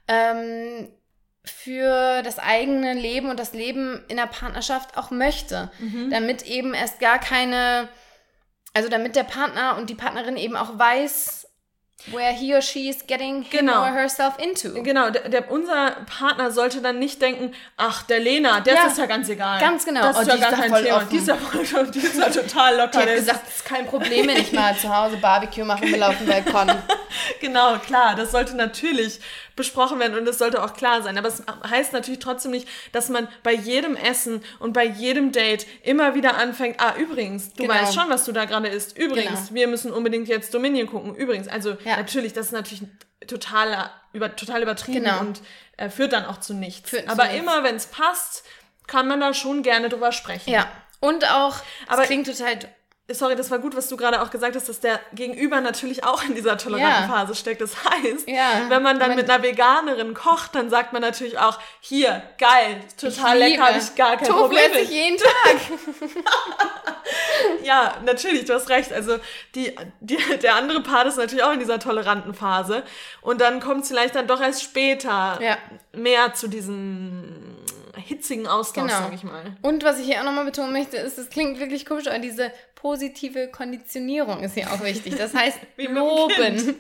für das eigene Leben und das Leben in der Partnerschaft auch möchte, damit eben erst gar keine, also damit der Partner und die Partnerin eben auch weiß, where he or she is getting him or herself into. Genau, unser Partner sollte dann nicht denken, ach, der Lena, das ist ja ganz egal. Ganz genau. Das ist ja gar kein Thema. Die ist ja total locker. Die hat gesagt, das ist kein Problem, wenn ich mal zu Hause Barbecue mache, wir laufen Balkon. Genau, klar, das sollte natürlich besprochen werden und das sollte auch klar sein. Aber es heißt natürlich trotzdem nicht, dass man bei jedem Essen und bei jedem Date immer wieder anfängt, übrigens, du weißt schon, was du da gerade isst. Übrigens, wir müssen unbedingt jetzt Dominion gucken. Übrigens, also natürlich, das ist natürlich total übertrieben und führt dann auch zu nichts. Aber immer, wenn es passt, kann man da schon gerne drüber sprechen. Ja, und auch, es klingt total... Sorry, das war gut, was du gerade auch gesagt hast, dass der Gegenüber natürlich auch in dieser toleranten Phase steckt. Das heißt, wenn man dann mit einer Veganerin kocht, dann sagt man natürlich auch, hier, geil, total lecker, habe ich gar kein Problem mit. Tofu esse ich jeden Tag. Ja, natürlich, du hast recht. Also der andere Part ist natürlich auch in dieser toleranten Phase. Und dann kommt es vielleicht dann doch erst später mehr zu diesem hitzigen Austausch, sag ich mal. Und was ich hier auch nochmal betonen möchte, ist, das klingt wirklich komisch, aber diese positive Konditionierung ist hier auch wichtig. Das heißt, loben.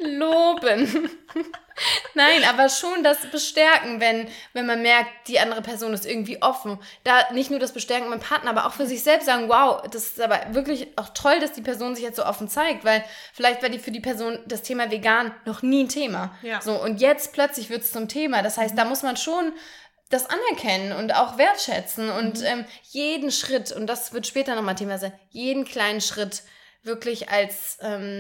Nein, aber schon das Bestärken, wenn man merkt, die andere Person ist irgendwie offen. Da nicht nur das Bestärken beim Partner, aber auch für sich selbst sagen, wow, das ist aber wirklich auch toll, dass die Person sich jetzt so offen zeigt, weil vielleicht war für die Person das Thema vegan noch nie ein Thema. Ja. So, und jetzt plötzlich wird es zum Thema. Das heißt, da muss man schon das anerkennen und auch wertschätzen und jeden Schritt, und das wird später nochmal Thema sein, jeden kleinen Schritt wirklich als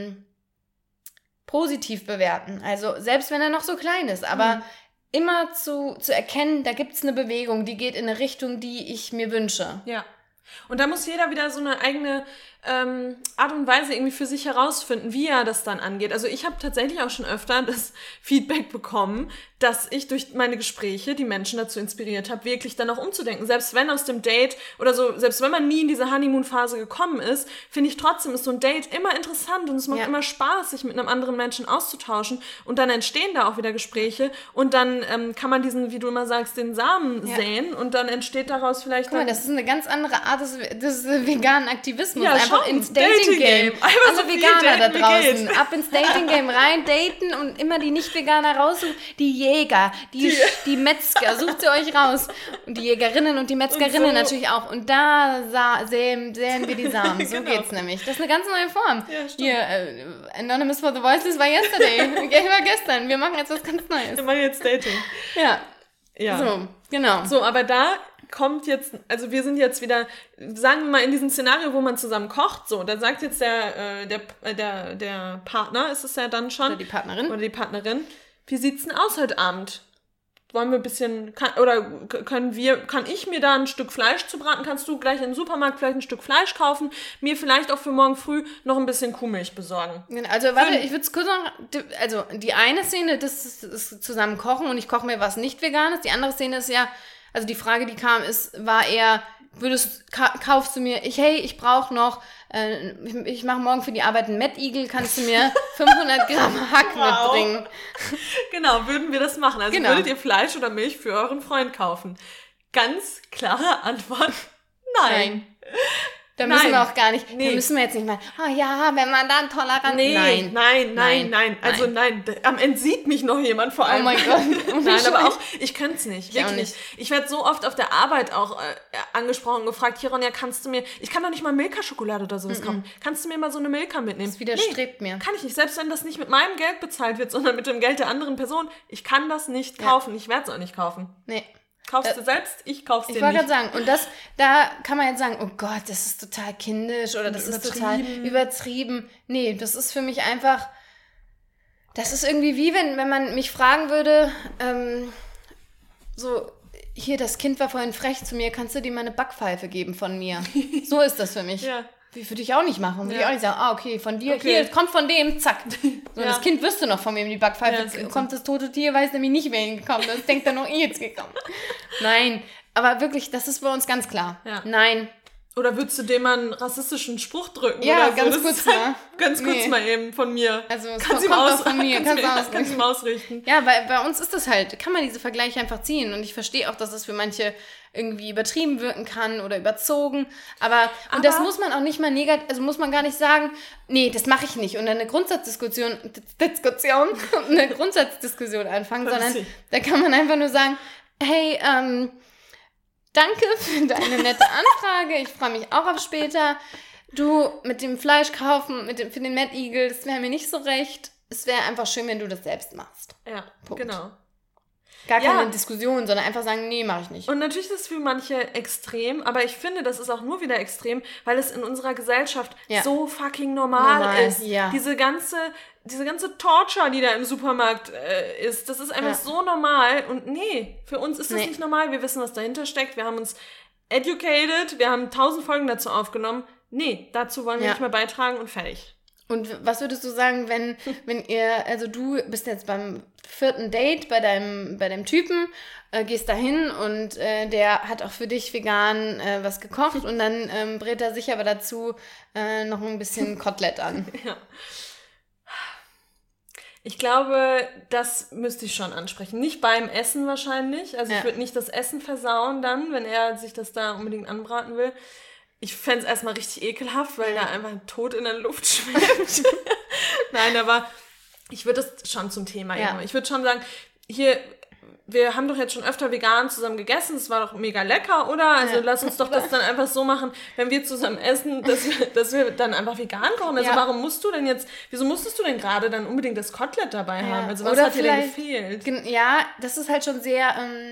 positiv bewerten. Also selbst wenn er noch so klein ist, aber immer zu erkennen, da gibt's eine Bewegung, die geht in eine Richtung, die ich mir wünsche. Ja. Und da muss jeder wieder so eine eigene Art und Weise irgendwie für sich herausfinden, wie er das dann angeht. Also ich habe tatsächlich auch schon öfter das Feedback bekommen, dass ich durch meine Gespräche die Menschen dazu inspiriert habe, wirklich dann auch umzudenken. Selbst wenn aus dem Date oder so, selbst wenn man nie in diese Honeymoon-Phase gekommen ist, finde ich trotzdem, ist so ein Date immer interessant und es macht immer Spaß, sich mit einem anderen Menschen auszutauschen und dann entstehen da auch wieder Gespräche und dann kann man diesen, wie du immer sagst, den Samen säen und dann entsteht daraus vielleicht... Guck mal, das ist eine ganz andere Art des veganen Aktivismus. Ja, einfach ins Dating-Game. Alle Veganer da draußen, ab ins Dating-Game rein, daten und immer die Nicht-Veganer raussuchen. Die Jäger, die Metzger, sucht sie euch raus. Und die Jägerinnen und die Metzgerinnen natürlich auch. Und da säen wir die Samen. So geht's nämlich. Das ist eine ganz neue Form. Ja, stimmt. Hier, Anonymous for the Voiceless war yesterday. War gestern. Wir machen jetzt was ganz Neues. Wir machen jetzt Dating. Ja. So, genau. So, aber da kommt jetzt, also wir sind jetzt wieder, sagen wir mal in diesem Szenario, wo man zusammen kocht, so, da sagt jetzt der Partner, ist es ja dann schon. Oder die Partnerin. Wie sieht's denn aus heute Abend? Wollen wir ein bisschen, kann ich mir da ein Stück Fleisch zu braten? Kannst du gleich im Supermarkt vielleicht ein Stück Fleisch kaufen? Mir vielleicht auch für morgen früh noch ein bisschen Kuhmilch besorgen. Also warte, ich würde es kurz noch, also die eine Szene, das ist zusammen kochen und ich koche mir was nicht Veganes. Die andere Szene ist ja, also die Frage, die kam, war eher, kaufst du mir, ich brauche noch, ich mache morgen für die Arbeit einen Mettigel, kannst du mir 500 Gramm Hack mitbringen? Genau, würden wir das machen. Also würdet ihr Fleisch oder Milch für euren Freund kaufen? Ganz klare Antwort, nein. Da müssen wir auch gar nicht, da müssen wir jetzt nicht mal, wenn man dann tolerant... Nein. Also nein, am Ende sieht mich noch jemand vor allem. Oh mein Gott. Nein, aber auch, ich könnte es nicht, wirklich nicht. Ich werde so oft auf der Arbeit auch angesprochen und gefragt, hier Ronja, ich kann doch nicht mal Milka-Schokolade oder sowas kaufen. Kannst du mir mal so eine Milka mitnehmen? Das widerstrebt mir. Kann ich nicht, selbst wenn das nicht mit meinem Geld bezahlt wird, sondern mit dem Geld der anderen Person. Ich kann das nicht kaufen, ich werde es auch nicht kaufen. Nee. Kaufst du selbst, ich kauf's dir nicht. Ich wollte gerade sagen, und da kann man jetzt sagen, oh Gott, das ist total kindisch oder das ist total übertrieben. Nee, das ist für mich einfach, das ist irgendwie wie, wenn man mich fragen würde, so, hier, das Kind war vorhin frech zu mir, kannst du dir mal eine Backpfeife geben von mir? So ist das für mich. Ja. Würde ich auch nicht machen. Würde ich auch nicht sagen, okay, von dir, hier, kommt von dem, zack. So, das Kind wüsste noch, von wem die Backpfeife kommt. Das tote Tier weiß nämlich nicht, wer hingekommen ist. Denkt dann noch, jetzt gekommen. Nein, aber wirklich, das ist bei uns ganz klar. Ja. Nein. Oder würdest du dem mal einen rassistischen Spruch drücken? Ja, oder so? ganz kurz mal. Ganz kurz mal eben von mir. Also, es kommt auch von mir. Kannst du ihm ausrichten. Ja, weil bei uns ist das halt, kann man diese Vergleiche einfach ziehen. Und ich verstehe auch, dass es für manche irgendwie übertrieben wirken kann oder überzogen. Aber das muss man auch nicht mal negativ, also muss man gar nicht sagen, nee, das mache ich nicht. Und dann eine Grundsatzdiskussion anfangen, sondern da kann man einfach nur sagen, hey, danke für deine nette Anfrage. Ich freue mich auch auf später. Du, mit dem Fleisch kaufen, für den Mad Eagle, das wäre mir nicht so recht. Es wäre einfach schön, wenn du das selbst machst. Ja, Punkt. Genau. Gar keine Diskussion, sondern einfach sagen, nee, mache ich nicht. Und natürlich ist es für manche extrem, aber ich finde, das ist auch nur wieder extrem, weil es in unserer Gesellschaft so fucking normal ist. Ja. Diese ganze Torture, die da im Supermarkt ist, das ist einfach so normal. Und nee, für uns ist das nicht normal. Wir wissen, was dahinter steckt. Wir haben uns educated, wir haben 1000 Folgen dazu aufgenommen. Nee, dazu wollen wir nicht mehr beitragen und fertig. Und was würdest du sagen, wenn ihr, also du bist jetzt beim 4. Date bei deinem Typen, gehst da hin und der hat auch für dich vegan was gekocht und dann brät er sich aber dazu noch ein bisschen Kotelett an. Ja. Ich glaube, das müsste ich schon ansprechen. Nicht beim Essen wahrscheinlich. Also ich würde nicht das Essen versauen dann, wenn er sich das da unbedingt anbraten will. Ich fände es erstmal richtig ekelhaft, weil da einfach ein Tod in der Luft schwebt. Nein, aber ich würde das schon zum Thema machen. Ich würde schon sagen, hier, wir haben doch jetzt schon öfter vegan zusammen gegessen, das war doch mega lecker, oder? Also lass uns doch das dann einfach so machen, wenn wir zusammen essen, dass wir dann einfach vegan kochen. Also wieso musstest du denn gerade dann unbedingt das Kotelett dabei haben? Also was hat dir denn gefehlt? Ja, das ist halt schon sehr...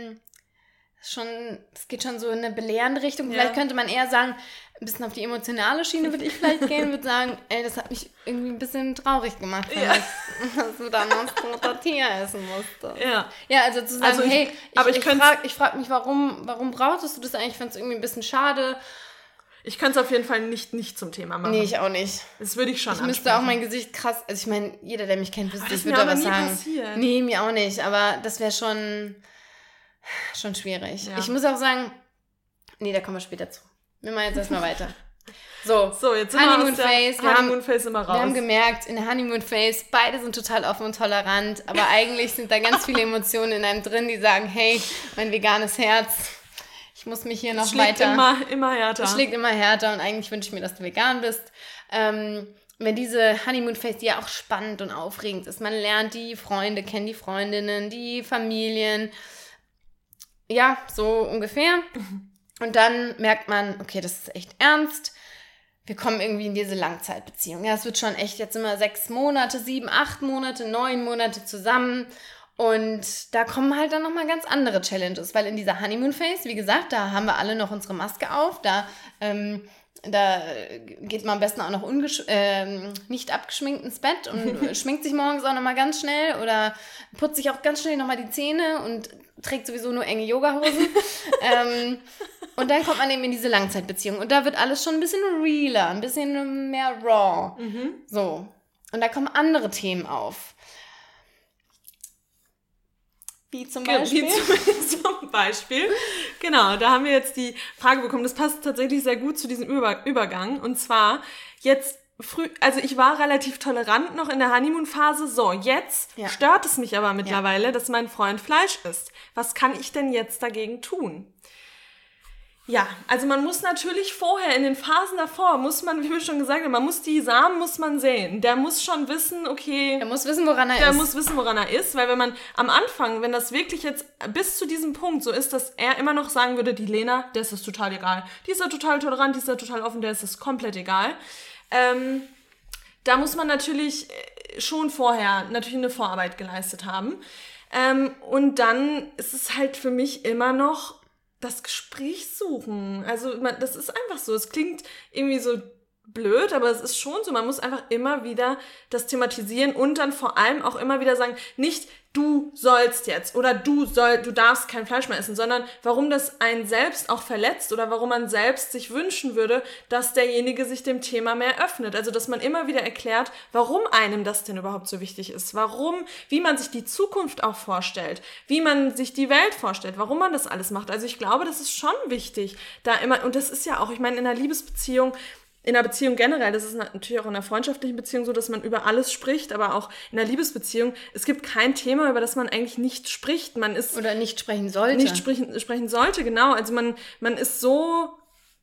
es geht schon so in eine belehrende Richtung. Vielleicht könnte man eher sagen, ein bisschen auf die emotionale Schiene würde ich vielleicht gehen, würde sagen, ey, das hat mich irgendwie ein bisschen traurig gemacht, dass du dann noch toter Tier essen musstest. Ja, also zu sagen, ich frag mich, warum brauchtest du das eigentlich? Ich fand es irgendwie ein bisschen schade. Ich könnte es auf jeden Fall nicht zum Thema machen. Nee, ich auch nicht. Das würde ich schon ansprechen. Ich müsste auch mein Gesicht krass, also ich meine, jeder, der mich kennt, wüsste, ich würde da was sagen. Passiert. Nee, mir auch nicht, aber das wäre schon schwierig. Ja. Ich muss auch sagen, nee, da kommen wir später zu. Wir machen jetzt erstmal weiter. So, jetzt sind Honeymoon Phase. Honeymoon Phase immer raus. Wir haben gemerkt, in der Honeymoon Phase, beide sind total offen und tolerant, aber eigentlich sind da ganz viele Emotionen in einem drin, die sagen, hey, mein veganes Herz, ich muss mich hier noch weiter... immer härter. Es schlägt immer härter und eigentlich wünsche ich mir, dass du vegan bist. Wenn diese Honeymoon Phase, die ja auch spannend und aufregend ist, man lernt die Freunde, kennt die Freundinnen, die Familien... Ja, so ungefähr. Und dann merkt man, okay, das ist echt ernst. Wir kommen irgendwie in diese Langzeitbeziehung. Ja, es wird schon echt jetzt immer 6 Monate, 7, 8 Monate, 9 Monate zusammen. Und da kommen halt dann nochmal ganz andere Challenges. Weil in dieser Honeymoon Phase, wie gesagt, da haben wir alle noch unsere Maske auf. Da geht man am besten auch noch nicht abgeschminkt ins Bett und schminkt sich morgens auch nochmal ganz schnell oder putzt sich auch ganz schnell nochmal die Zähne und trägt sowieso nur enge Yogahosen. Und dann kommt man eben in diese Langzeitbeziehung und da wird alles schon ein bisschen realer, ein bisschen mehr raw. So. Und da kommen andere Themen auf. Wie zum Beispiel? Zum Beispiel. Genau, da haben wir jetzt die Frage bekommen, das passt tatsächlich sehr gut zu diesem Übergang. Und zwar jetzt also ich war relativ tolerant noch in der Honeymoon-Phase. So, jetzt stört es mich aber mittlerweile, dass mein Freund Fleisch isst. Was kann ich denn jetzt dagegen tun? Ja, also man muss natürlich vorher, in den Phasen davor, muss man, wie wir schon gesagt haben, man muss die Samen säen. Der muss schon wissen, okay... Der muss wissen, woran er ist. Der muss wissen, woran er ist, weil wenn man am Anfang, wenn das wirklich jetzt bis zu diesem Punkt so ist, dass er immer noch sagen würde, die Lena, der ist das total egal. Die ist ja total tolerant, die ist ja total offen, der ist das komplett egal. Da muss man natürlich schon vorher natürlich eine Vorarbeit geleistet haben. Und dann ist es halt für mich immer noch das Gespräch suchen. Also das ist einfach so. Es klingt irgendwie so blöd, aber es ist schon so. Man muss einfach immer wieder das thematisieren und dann vor allem auch immer wieder sagen, nicht du sollst jetzt oder du darfst kein Fleisch mehr essen, sondern warum das einen selbst auch verletzt oder warum man selbst sich wünschen würde, dass derjenige sich dem Thema mehr öffnet. Also, dass man immer wieder erklärt, warum einem das denn überhaupt so wichtig ist, wie man sich die Zukunft auch vorstellt, wie man sich die Welt vorstellt, warum man das alles macht. Also, ich glaube, das ist schon wichtig, da immer, und das ist ja auch, ich meine, in einer Liebesbeziehung, in einer Beziehung generell, das ist natürlich auch in einer freundschaftlichen Beziehung so, dass man über alles spricht, aber auch in einer Liebesbeziehung, es gibt kein Thema, über das man eigentlich nicht spricht. Man ist... Oder nicht sprechen sollte. Nicht sprechen sollte, genau. Also man ist so...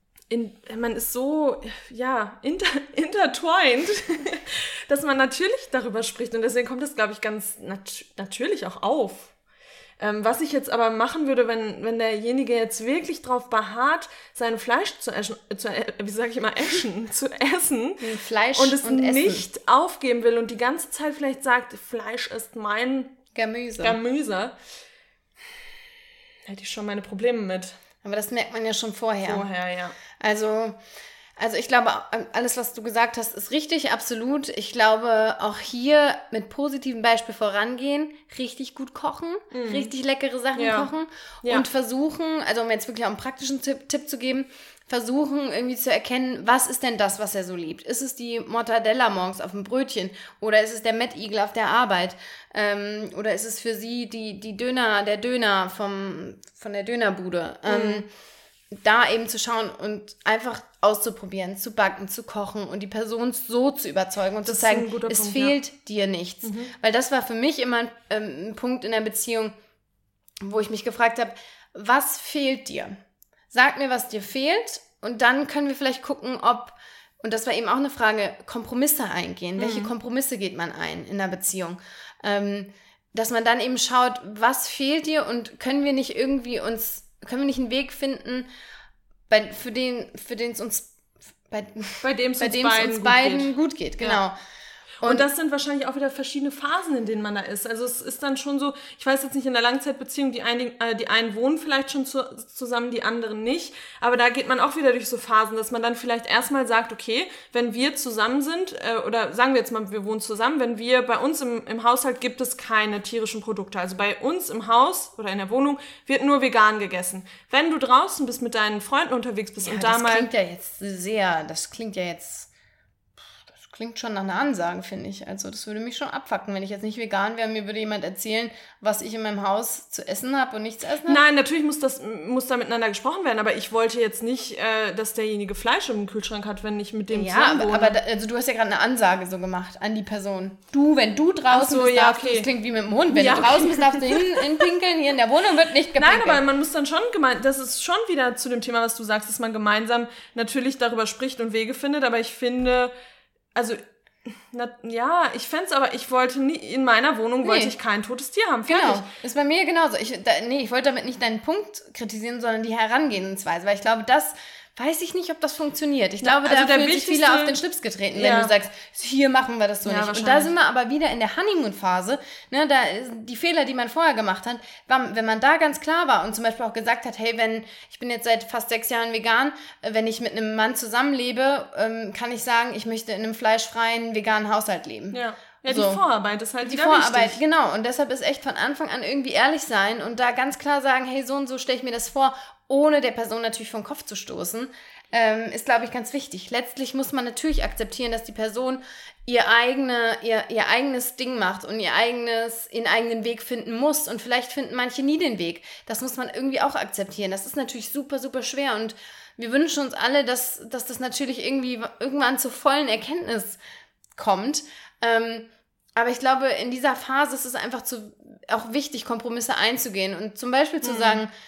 intertwined, dass man natürlich darüber spricht. Und deswegen kommt das, glaube ich, ganz natürlich auch auf. Was ich jetzt aber machen würde, wenn derjenige jetzt wirklich drauf beharrt, sein Fleisch zu essen, Fleisch und es nicht aufgeben will und die ganze Zeit vielleicht sagt, Fleisch ist mein Gemüse, hätte ich schon meine Probleme mit. Aber das merkt man ja schon vorher. Ja. Also ich glaube, alles, was du gesagt hast, ist richtig, absolut. Ich glaube, auch hier mit positivem Beispiel vorangehen, richtig gut kochen, richtig leckere Sachen kochen und versuchen, also um jetzt wirklich auch einen praktischen Tipp zu geben, versuchen irgendwie zu erkennen, was ist denn das, was er so liebt? Ist es die Mortadella morgens auf dem Brötchen oder ist es der Mettigel auf der Arbeit? Oder ist es für sie der Döner von der Dönerbude? Da eben zu schauen und einfach auszuprobieren, zu backen, zu kochen und die Person so zu überzeugen und zu zeigen, es fehlt dir nichts. Weil das war für mich immer ein Punkt in der Beziehung, wo ich mich gefragt habe, was fehlt dir? Sag mir, was dir fehlt und dann können wir vielleicht gucken, und das war eben auch eine Frage, Kompromisse eingehen. Welche Kompromisse geht man ein in der Beziehung? Dass man dann eben schaut, was fehlt dir und können wir nicht einen Weg finden, bei dem es uns beiden gut geht. Genau. Ja. Und das sind wahrscheinlich auch wieder verschiedene Phasen, in denen man da ist. Also es ist dann schon so, ich weiß jetzt nicht, in der Langzeitbeziehung, die einen wohnen vielleicht schon zusammen, die anderen nicht. Aber da geht man auch wieder durch so Phasen, dass man dann vielleicht erstmal sagt, okay, wenn wir zusammen sind, oder sagen wir jetzt mal, wir wohnen zusammen, bei uns im Haushalt gibt es keine tierischen Produkte. Also bei uns im Haus oder in der Wohnung wird nur vegan gegessen. Wenn du draußen bist, mit deinen Freunden unterwegs bist und da mal... Das klingt schon nach einer Ansage, finde ich. Also das würde mich schon abfacken, wenn ich jetzt nicht vegan wäre. Mir würde jemand erzählen, was ich in meinem Haus zu essen habe und nicht zu essen habe. Nein, natürlich muss da miteinander gesprochen werden, aber ich wollte jetzt nicht, dass derjenige Fleisch im Kühlschrank hat, wenn ich mit dem zusammen wohne. Also du hast ja gerade eine Ansage so gemacht an die Person. Wenn du draußen bist, darfst du, das klingt wie mit dem Hund, wenn du draußen bist, darfst du hinpinkeln, hier in der Wohnung wird nicht gepinkelt. Nein, aber man muss dann schon das ist schon wieder zu dem Thema, was du sagst, dass man gemeinsam natürlich darüber spricht und Wege findet, aber ich finde... Also, ich fände es aber, ich wollte nie, in meiner Wohnung wollte ich kein totes Tier haben. Fertig. Genau, ist bei mir genauso. Ich wollte damit nicht deinen Punkt kritisieren, sondern die Herangehensweise, weil ich glaube, weiß ich nicht, ob das funktioniert. Ich glaube, da fühlen sich viele auf den Schlips getreten, wenn du sagst, hier machen wir das so nicht. Und da sind wir aber wieder in der Honeymoon-Phase, ne, da die Fehler, die man vorher gemacht hat, wenn man da ganz klar war und zum Beispiel auch gesagt hat, hey, ich bin jetzt seit fast 6 Jahren vegan, wenn ich mit einem Mann zusammenlebe, kann ich sagen, ich möchte in einem fleischfreien, veganen Haushalt leben. Ja. Ja, die Vorarbeit ist halt die Vorarbeit, wichtig. Genau. Und deshalb ist echt von Anfang an irgendwie ehrlich sein und da ganz klar sagen, hey, so und so stelle ich mir das vor, ohne der Person natürlich vom Kopf zu stoßen, ist, glaube ich, ganz wichtig. Letztlich muss man natürlich akzeptieren, dass die Person ihr eigenes Ding macht und ihren eigenen Weg finden muss. Und vielleicht finden manche nie den Weg. Das muss man irgendwie auch akzeptieren. Das ist natürlich super, super schwer. Und wir wünschen uns alle, dass das natürlich irgendwie irgendwann zur vollen Erkenntnis kommt. Aber ich glaube, in dieser Phase ist es einfach auch wichtig, Kompromisse einzugehen und zum Beispiel zu sagen,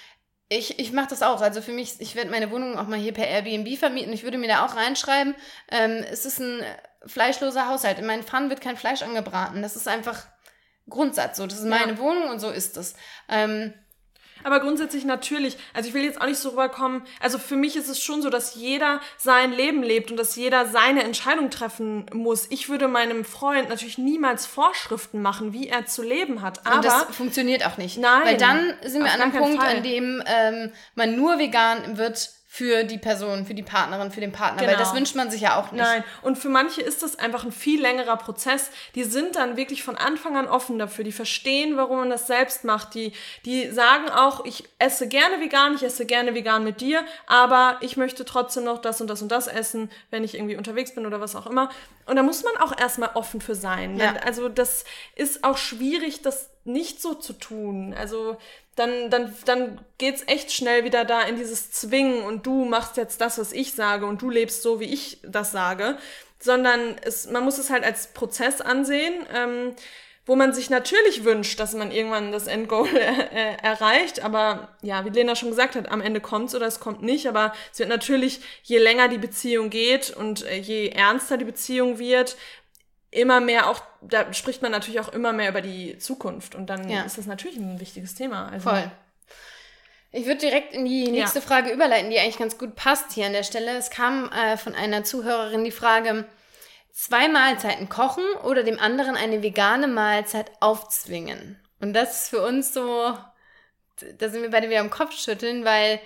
Ich mache das auch. Also für mich, ich werde meine Wohnung auch mal hier per Airbnb vermieten. Ich würde mir da auch reinschreiben, es ist ein fleischloser Haushalt. In meinen Pfannen wird kein Fleisch angebraten. Das ist einfach Grundsatz. So, das ist meine Wohnung und so ist es. Aber grundsätzlich natürlich, also ich will jetzt auch nicht so rüberkommen, also für mich ist es schon so, dass jeder sein Leben lebt und dass jeder seine Entscheidung treffen muss. Ich würde meinem Freund natürlich niemals Vorschriften machen, wie er zu leben hat. Aber und das funktioniert auch nicht. Nein. Weil dann sind wir an einem Punkt, Fall. an dem man nur vegan wird für die Person, für die Partnerin, für den Partner. Genau. Weil das wünscht man sich ja auch nicht. Nein, und für manche ist das einfach ein viel längerer Prozess. Die sind dann wirklich von Anfang an offen dafür. Die verstehen, warum man das selbst macht. Die sagen auch, ich esse gerne vegan mit dir, aber ich möchte trotzdem noch das und das und das essen, wenn ich irgendwie unterwegs bin oder was auch immer. Und da muss man auch erstmal offen für sein. Ja. Also das ist auch schwierig, das nicht so zu tun. Also dann geht's echt schnell wieder da in dieses Zwingen und du machst jetzt das, was ich sage und du lebst so, wie ich das sage, sondern man muss es halt als Prozess ansehen, wo man sich natürlich wünscht, dass man irgendwann das Endgoal erreicht, aber ja, wie Lena schon gesagt hat, am Ende kommt's oder es kommt nicht, aber es wird natürlich, je länger die Beziehung geht und je ernster die Beziehung wird, immer mehr auch, da spricht man natürlich auch immer mehr über die Zukunft und dann ist das natürlich ein wichtiges Thema. Also, voll. Ich würde direkt in die nächste Frage überleiten, die eigentlich ganz gut passt hier an der Stelle. Es kam von einer Zuhörerin die Frage, 2 Mahlzeiten kochen oder dem anderen eine vegane Mahlzeit aufzwingen. Und das ist für uns so, da sind wir beide wieder am Kopfschütteln, weil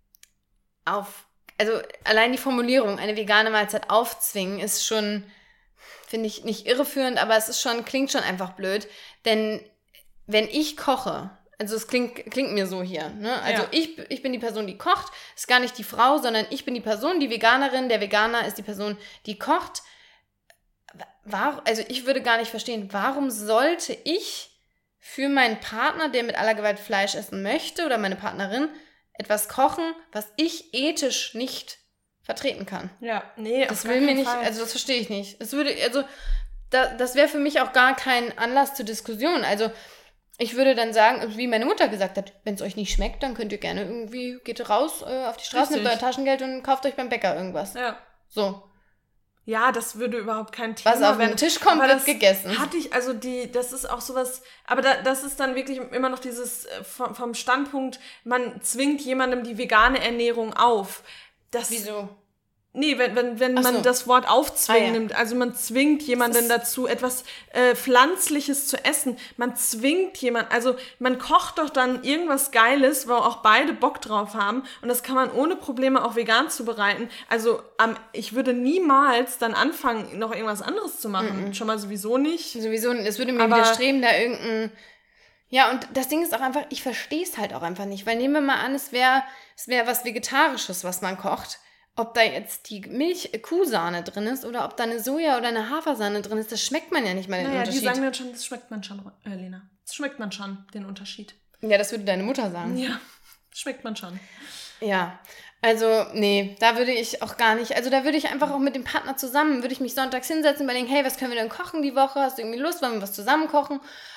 also allein die Formulierung, eine vegane Mahlzeit aufzwingen, ist schon, finde ich, nicht irreführend, aber es ist klingt schon einfach blöd. Denn wenn ich koche, also es klingt mir so hier, ne? Also ich bin die Person, die kocht, ist gar nicht die Frau, sondern ich bin die Person, die Veganerin, der Veganer ist die Person, die kocht. Also ich würde gar nicht verstehen, warum sollte ich für meinen Partner, der mit aller Gewalt Fleisch essen möchte, oder meine Partnerin, etwas kochen, was ich ethisch nicht vertreten kann. Ja, nee, das will mir nicht, also das verstehe ich nicht. Das wäre für mich auch gar kein Anlass zur Diskussion. Also ich würde dann sagen, wie meine Mutter gesagt hat, wenn es euch nicht schmeckt, dann könnt ihr gerne irgendwie, geht raus auf die Straße, nehmt euer Taschengeld und kauft euch beim Bäcker irgendwas. Ja. So. Ja, das würde überhaupt kein Thema werden. Was auf den Tisch kommt, wird gegessen. Hatte ich, also das ist auch sowas, aber das ist dann wirklich immer noch dieses vom Standpunkt, man zwingt jemandem die vegane Ernährung auf. Wieso? Nee, wenn man das Wort aufzwingen nimmt, also man zwingt jemanden dazu, etwas Pflanzliches zu essen. Man zwingt jemanden, also man kocht doch dann irgendwas Geiles, wo auch beide Bock drauf haben und das kann man ohne Probleme auch vegan zubereiten. Also ich würde niemals dann anfangen, noch irgendwas anderes zu machen. Schon mal sowieso nicht. Sowieso, es würde mir widerstreben, da irgendein... Ja, und das Ding ist auch einfach, ich verstehe es halt auch einfach nicht, weil nehmen wir mal an, es wäre was Vegetarisches, was man kocht. Ob da jetzt die Milch-Kuhsahne drin ist oder ob da eine Soja- oder eine Hafersahne drin ist, das schmeckt man ja nicht mal den Unterschied. Die sagen mir schon, das schmeckt man schon, Lena. Das schmeckt man schon, den Unterschied. Ja, das würde deine Mutter sagen. Ja, schmeckt man schon. Ja, also nee, da würde ich auch gar nicht, also da würde ich einfach auch mit dem Partner zusammen, würde ich mich sonntags hinsetzen und überlegen, hey, was können wir denn kochen die Woche? Hast du irgendwie Lust, wollen wir was zusammen kochen?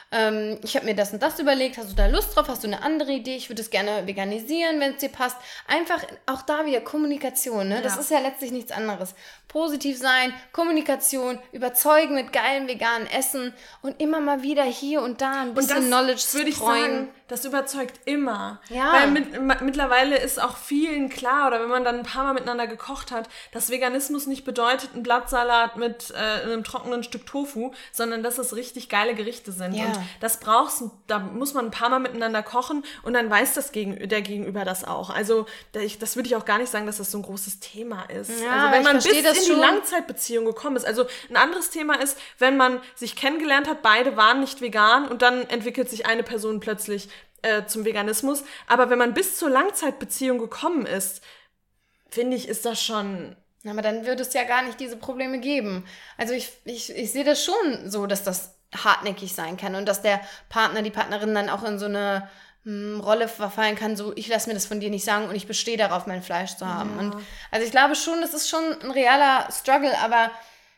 Ich habe mir das und das überlegt, hast du da Lust drauf, hast du eine andere Idee, ich würde es gerne veganisieren, wenn es dir passt. Einfach auch da wieder Kommunikation, ne? Das ist ja letztlich nichts anderes. Positiv sein, Kommunikation, überzeugen mit geilem veganen Essen und immer mal wieder hier und da ein bisschen Knowledge streuen. Würde ich sagen, das überzeugt immer. Ja. Weil mittlerweile ist auch vielen klar, oder wenn man dann ein paar Mal miteinander gekocht hat, dass Veganismus nicht bedeutet ein Blattsalat mit einem trockenen Stück Tofu, sondern dass es richtig geile Gerichte sind. Ja. Und da muss man ein paar Mal miteinander kochen und dann weiß der Gegenüber das auch. Also das würde ich auch gar nicht sagen, dass das so ein großes Thema ist. Ja, also wenn man bis in die schon. Langzeitbeziehung gekommen ist. Also ein anderes Thema ist, wenn man sich kennengelernt hat, beide waren nicht vegan und dann entwickelt sich eine Person plötzlich zum Veganismus. Aber wenn man bis zur Langzeitbeziehung gekommen ist, finde ich, ist das schon... Aber dann würde es ja gar nicht diese Probleme geben. Also ich sehe das schon so, dass das hartnäckig sein kann und dass der Partner, die Partnerin dann auch in so eine Rolle verfallen kann, so ich lasse mir das von dir nicht sagen und ich bestehe darauf, mein Fleisch zu haben. Ja. Und also ich glaube schon, das ist schon ein realer Struggle, aber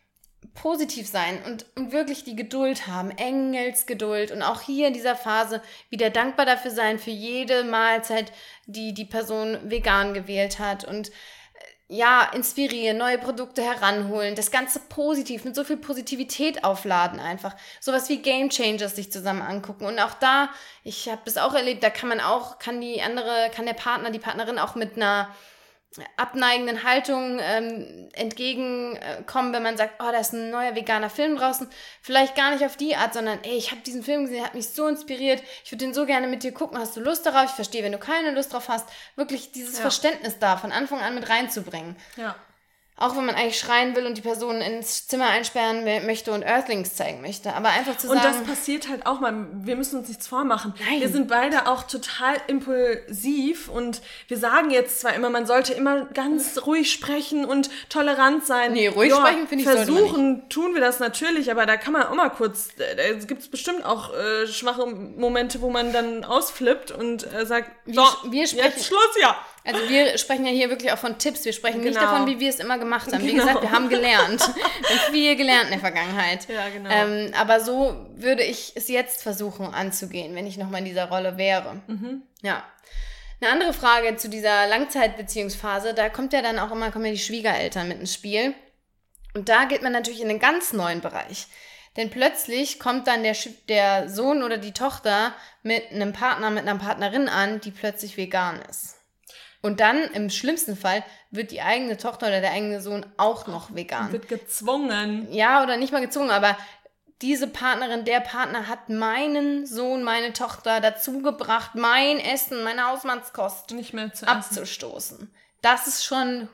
positiv sein und wirklich die Geduld haben, Engelsgeduld und auch hier in dieser Phase wieder dankbar dafür sein, für jede Mahlzeit, die Person vegan gewählt hat und inspirieren, neue Produkte heranholen, das Ganze positiv, mit so viel Positivität aufladen einfach. Sowas wie Game Changers sich zusammen angucken. Und auch da, ich habe das auch erlebt, da kann der Partner, die Partnerin auch mit einer abneigenden Haltung entgegenkommen, wenn man sagt, da ist ein neuer veganer Film draußen. Vielleicht gar nicht auf die Art, sondern ich habe diesen Film gesehen, hat mich so inspiriert, ich würde den so gerne mit dir gucken, hast du Lust darauf? Ich verstehe, wenn du keine Lust drauf hast, wirklich dieses Verständnis da von Anfang an mit reinzubringen. Ja. Auch wenn man eigentlich schreien will und die Person ins Zimmer einsperren möchte und Earthlings zeigen möchte. Aber einfach zu sagen... Und das passiert halt auch mal. Wir müssen uns nichts vormachen. Nein. Wir sind beide auch total impulsiv und wir sagen jetzt zwar immer, man sollte immer ganz ruhig sprechen und tolerant sein. Nee, ruhig sprechen finde ich versuchen, tun wir das natürlich, aber da kann man auch mal kurz... Da gibt es bestimmt auch schwache Momente, wo man dann ausflippt und sagt, wir sprechen, jetzt Schluss, ja. Also wir sprechen ja hier wirklich auch von Tipps. Wir sprechen nicht davon, wie wir es immer gemacht haben. Wie gesagt, wir haben gelernt. Wir haben viel gelernt in der Vergangenheit. Ja, genau. Aber so würde ich es jetzt versuchen anzugehen, wenn ich nochmal in dieser Rolle wäre. Mhm. Ja. Eine andere Frage zu dieser Langzeitbeziehungsphase, da kommen ja die Schwiegereltern mit ins Spiel. Und da geht man natürlich in einen ganz neuen Bereich. Denn plötzlich kommt dann der Sohn oder die Tochter mit einem Partner, mit einer Partnerin an, die plötzlich vegan ist. Und dann, im schlimmsten Fall, wird die eigene Tochter oder der eigene Sohn auch noch vegan. Wird gezwungen. Ja, oder nicht mal gezwungen, aber diese Partnerin, der Partner hat meinen Sohn, meine Tochter dazu gebracht, mein Essen, meine Hausmannskost nicht mehr zu abzustoßen. Das ist schon,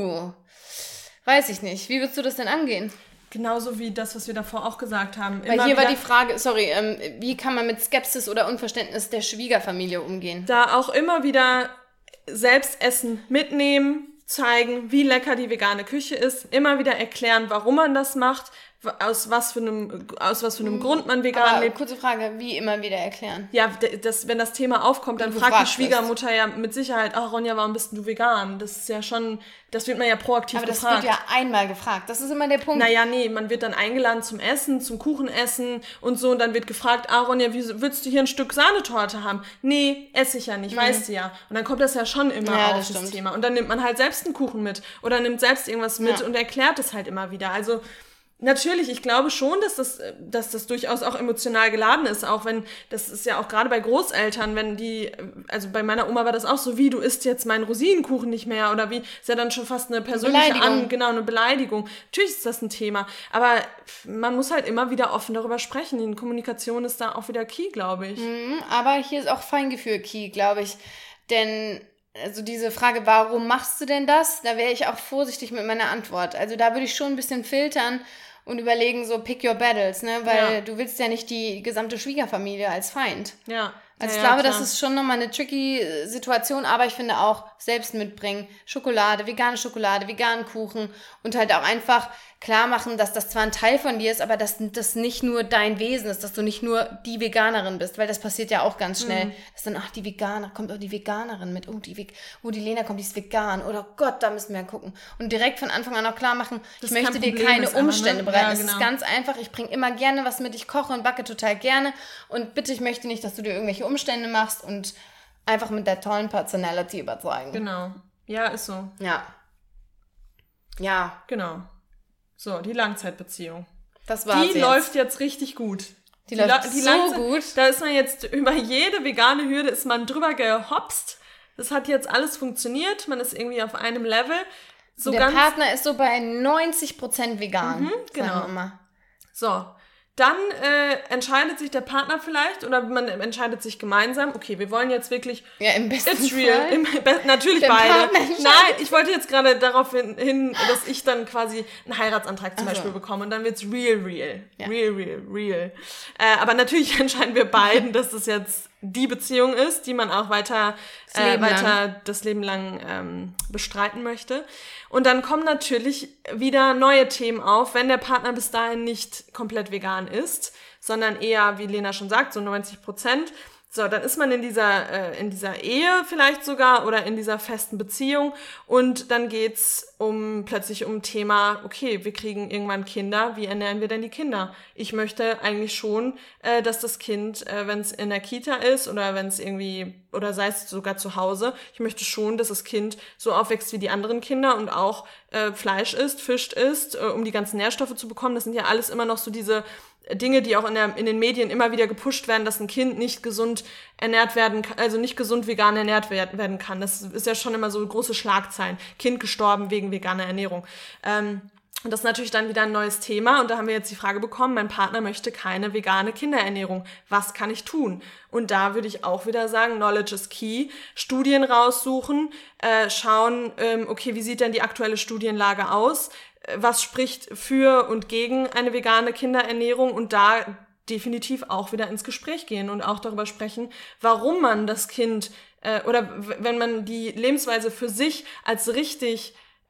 weiß ich nicht. Wie würdest du das denn angehen? Genauso wie das, was wir davor auch gesagt haben. Weil hier war die Frage, wie kann man mit Skepsis oder Unverständnis der Schwiegerfamilie umgehen? Da auch immer wieder selbst Essen mitnehmen, zeigen, wie lecker die vegane Küche ist, immer wieder erklären, warum man das macht, aus was für einem Grund man vegan lebt. Kurze Frage, wie immer wieder erklären? Ja, wenn das Thema aufkommt, dann fragt die Schwiegermutter ja mit Sicherheit, Ronja, warum bist denn du vegan? Das ist ja schon, das wird man ja proaktiv gefragt. Aber das wird ja einmal gefragt, das ist immer der Punkt. Naja, nee, man wird dann eingeladen zum Essen, zum Kuchenessen und so und dann wird gefragt, Ronja, wie willst du hier ein Stück Sahnetorte haben? Nee, esse ich ja nicht, weißt du ja. Und dann kommt das ja schon immer auf das Thema. Und dann nimmt man halt selbst einen Kuchen mit oder nimmt selbst irgendwas mit und erklärt es halt immer wieder. Also natürlich, ich glaube schon, dass das durchaus auch emotional geladen ist, auch wenn, das ist ja auch gerade bei Großeltern, wenn also bei meiner Oma war das auch so, wie, du isst jetzt meinen Rosinenkuchen nicht mehr oder wie, ist ja dann schon fast eine persönliche eine Beleidigung. Natürlich ist das ein Thema, aber man muss halt immer wieder offen darüber sprechen. Die Kommunikation ist da auch wieder key, glaube ich. Aber hier ist auch Feingefühl key, glaube ich, denn... Also diese Frage, warum machst du denn das? Da wäre ich auch vorsichtig mit meiner Antwort. Also da würde ich schon ein bisschen filtern und überlegen, so pick your battles, ne? Weil du willst ja nicht die gesamte Schwiegerfamilie als Feind. Ja. Also ich glaube, das ist schon nochmal eine tricky Situation, aber ich finde auch, selbst mitbringen, Schokolade, veganen Kuchen und halt auch einfach klar machen, dass das zwar ein Teil von dir ist, aber dass das nicht nur dein Wesen ist, dass du nicht nur die Veganerin bist, weil das passiert ja auch ganz schnell, dass dann, die Veganer, kommt auch die Veganerin mit, die Lena kommt, die ist vegan, oder Gott, da müssen wir ja gucken. Und direkt von Anfang an auch klar machen, ich möchte dir keine Umstände bereiten. Es ist ganz einfach, ich bringe immer gerne was mit, ich koche und backe total gerne und bitte, ich möchte nicht, dass du dir irgendwelche Umstände machst und einfach mit der tollen Personality überzeugen. Genau. Ja, ist so. Ja. Genau. So, die Langzeitbeziehung. Das war's Die läuft jetzt richtig gut. Die läuft so gut. Da ist man jetzt über jede vegane Hürde ist man drüber gehopst. Das hat jetzt alles funktioniert. Man ist irgendwie auf einem Level. So der Partner ist so bei 90% vegan. Genau. So. Dann entscheidet sich der Partner vielleicht oder man entscheidet sich gemeinsam, okay, wir wollen jetzt wirklich... Ja, im besten It's real. Fall. Natürlich beide. Nein, ich wollte jetzt gerade darauf hin, dass ich dann quasi einen Heiratsantrag zum Beispiel bekomme und dann wird's real. Ja. Real. Aber natürlich entscheiden wir beiden, dass das jetzt die Beziehung ist, die man auch weiter das Leben lang bestreiten möchte. Und dann kommen natürlich wieder neue Themen auf, wenn der Partner bis dahin nicht komplett vegan ist, sondern eher, wie Lena schon sagt, so 90%, So, dann ist man in dieser Ehe vielleicht sogar oder in dieser festen Beziehung und dann geht's plötzlich um Thema, okay, wir kriegen irgendwann Kinder, wie ernähren wir denn die Kinder? Ich möchte eigentlich schon, dass das Kind, wenn es in der Kita ist oder wenn es irgendwie, oder sei es sogar zu Hause, ich möchte schon, dass das Kind so aufwächst wie die anderen Kinder und auch Fleisch isst, Fisch isst, um die ganzen Nährstoffe zu bekommen. Das sind ja alles immer noch so diese Dinge, die auch in den Medien immer wieder gepusht werden, dass ein Kind nicht gesund ernährt werden kann, also nicht gesund vegan ernährt werden kann. Das ist ja schon immer so große Schlagzeilen. Kind gestorben wegen veganer Ernährung. Und das ist natürlich dann wieder ein neues Thema. Und da haben wir jetzt die Frage bekommen, mein Partner möchte keine vegane Kinderernährung. Was kann ich tun? Und da würde ich auch wieder sagen, Knowledge is key. Studien raussuchen, schauen, okay, wie sieht denn die aktuelle Studienlage aus? Was spricht für und gegen eine vegane Kinderernährung und da definitiv auch wieder ins Gespräch gehen und auch darüber sprechen, warum man das Kind oder wenn man die Lebensweise für sich als richtig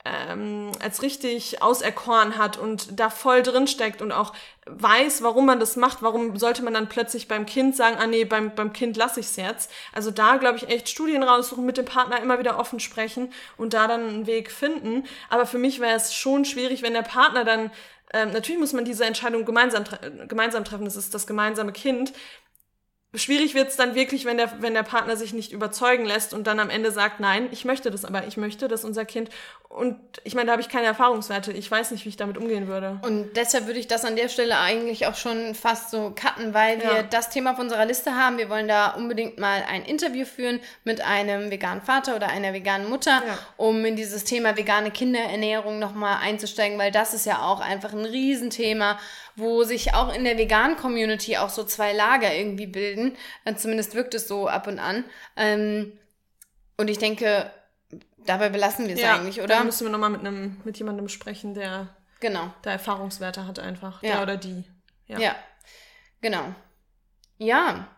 auserkoren hat und da voll drin steckt und auch weiß, warum man das macht, warum sollte man dann plötzlich beim Kind sagen, nee, beim Kind lasse ich es jetzt. Also da, glaube ich, echt Studien raussuchen, mit dem Partner immer wieder offen sprechen und da dann einen Weg finden. Aber für mich wäre es schon schwierig, wenn der Partner dann, natürlich muss man diese Entscheidung gemeinsam treffen, das ist das gemeinsame Kind. Schwierig wird's dann wirklich, wenn der Partner sich nicht überzeugen lässt und dann am Ende sagt, nein, ich möchte das, aber ich möchte, dass unser Kind, und ich meine, da habe ich keine Erfahrungswerte, ich weiß nicht, wie ich damit umgehen würde. Und deshalb würde ich das an der Stelle eigentlich auch schon fast so cutten, weil wir das Thema auf unserer Liste haben. Wir wollen da unbedingt mal ein Interview führen mit einem veganen Vater oder einer veganen Mutter, um in dieses Thema vegane Kinderernährung nochmal einzusteigen, weil das ist ja auch einfach ein Riesenthema, wo sich auch in der veganen Community auch so zwei Lager irgendwie bilden. Zumindest wirkt es so ab und an. Und ich denke, dabei belassen wir es eigentlich, oder? Da müssen wir nochmal mit jemandem sprechen, der da Erfahrungswerte hat einfach. Der oder die. Ja, genau. Ja,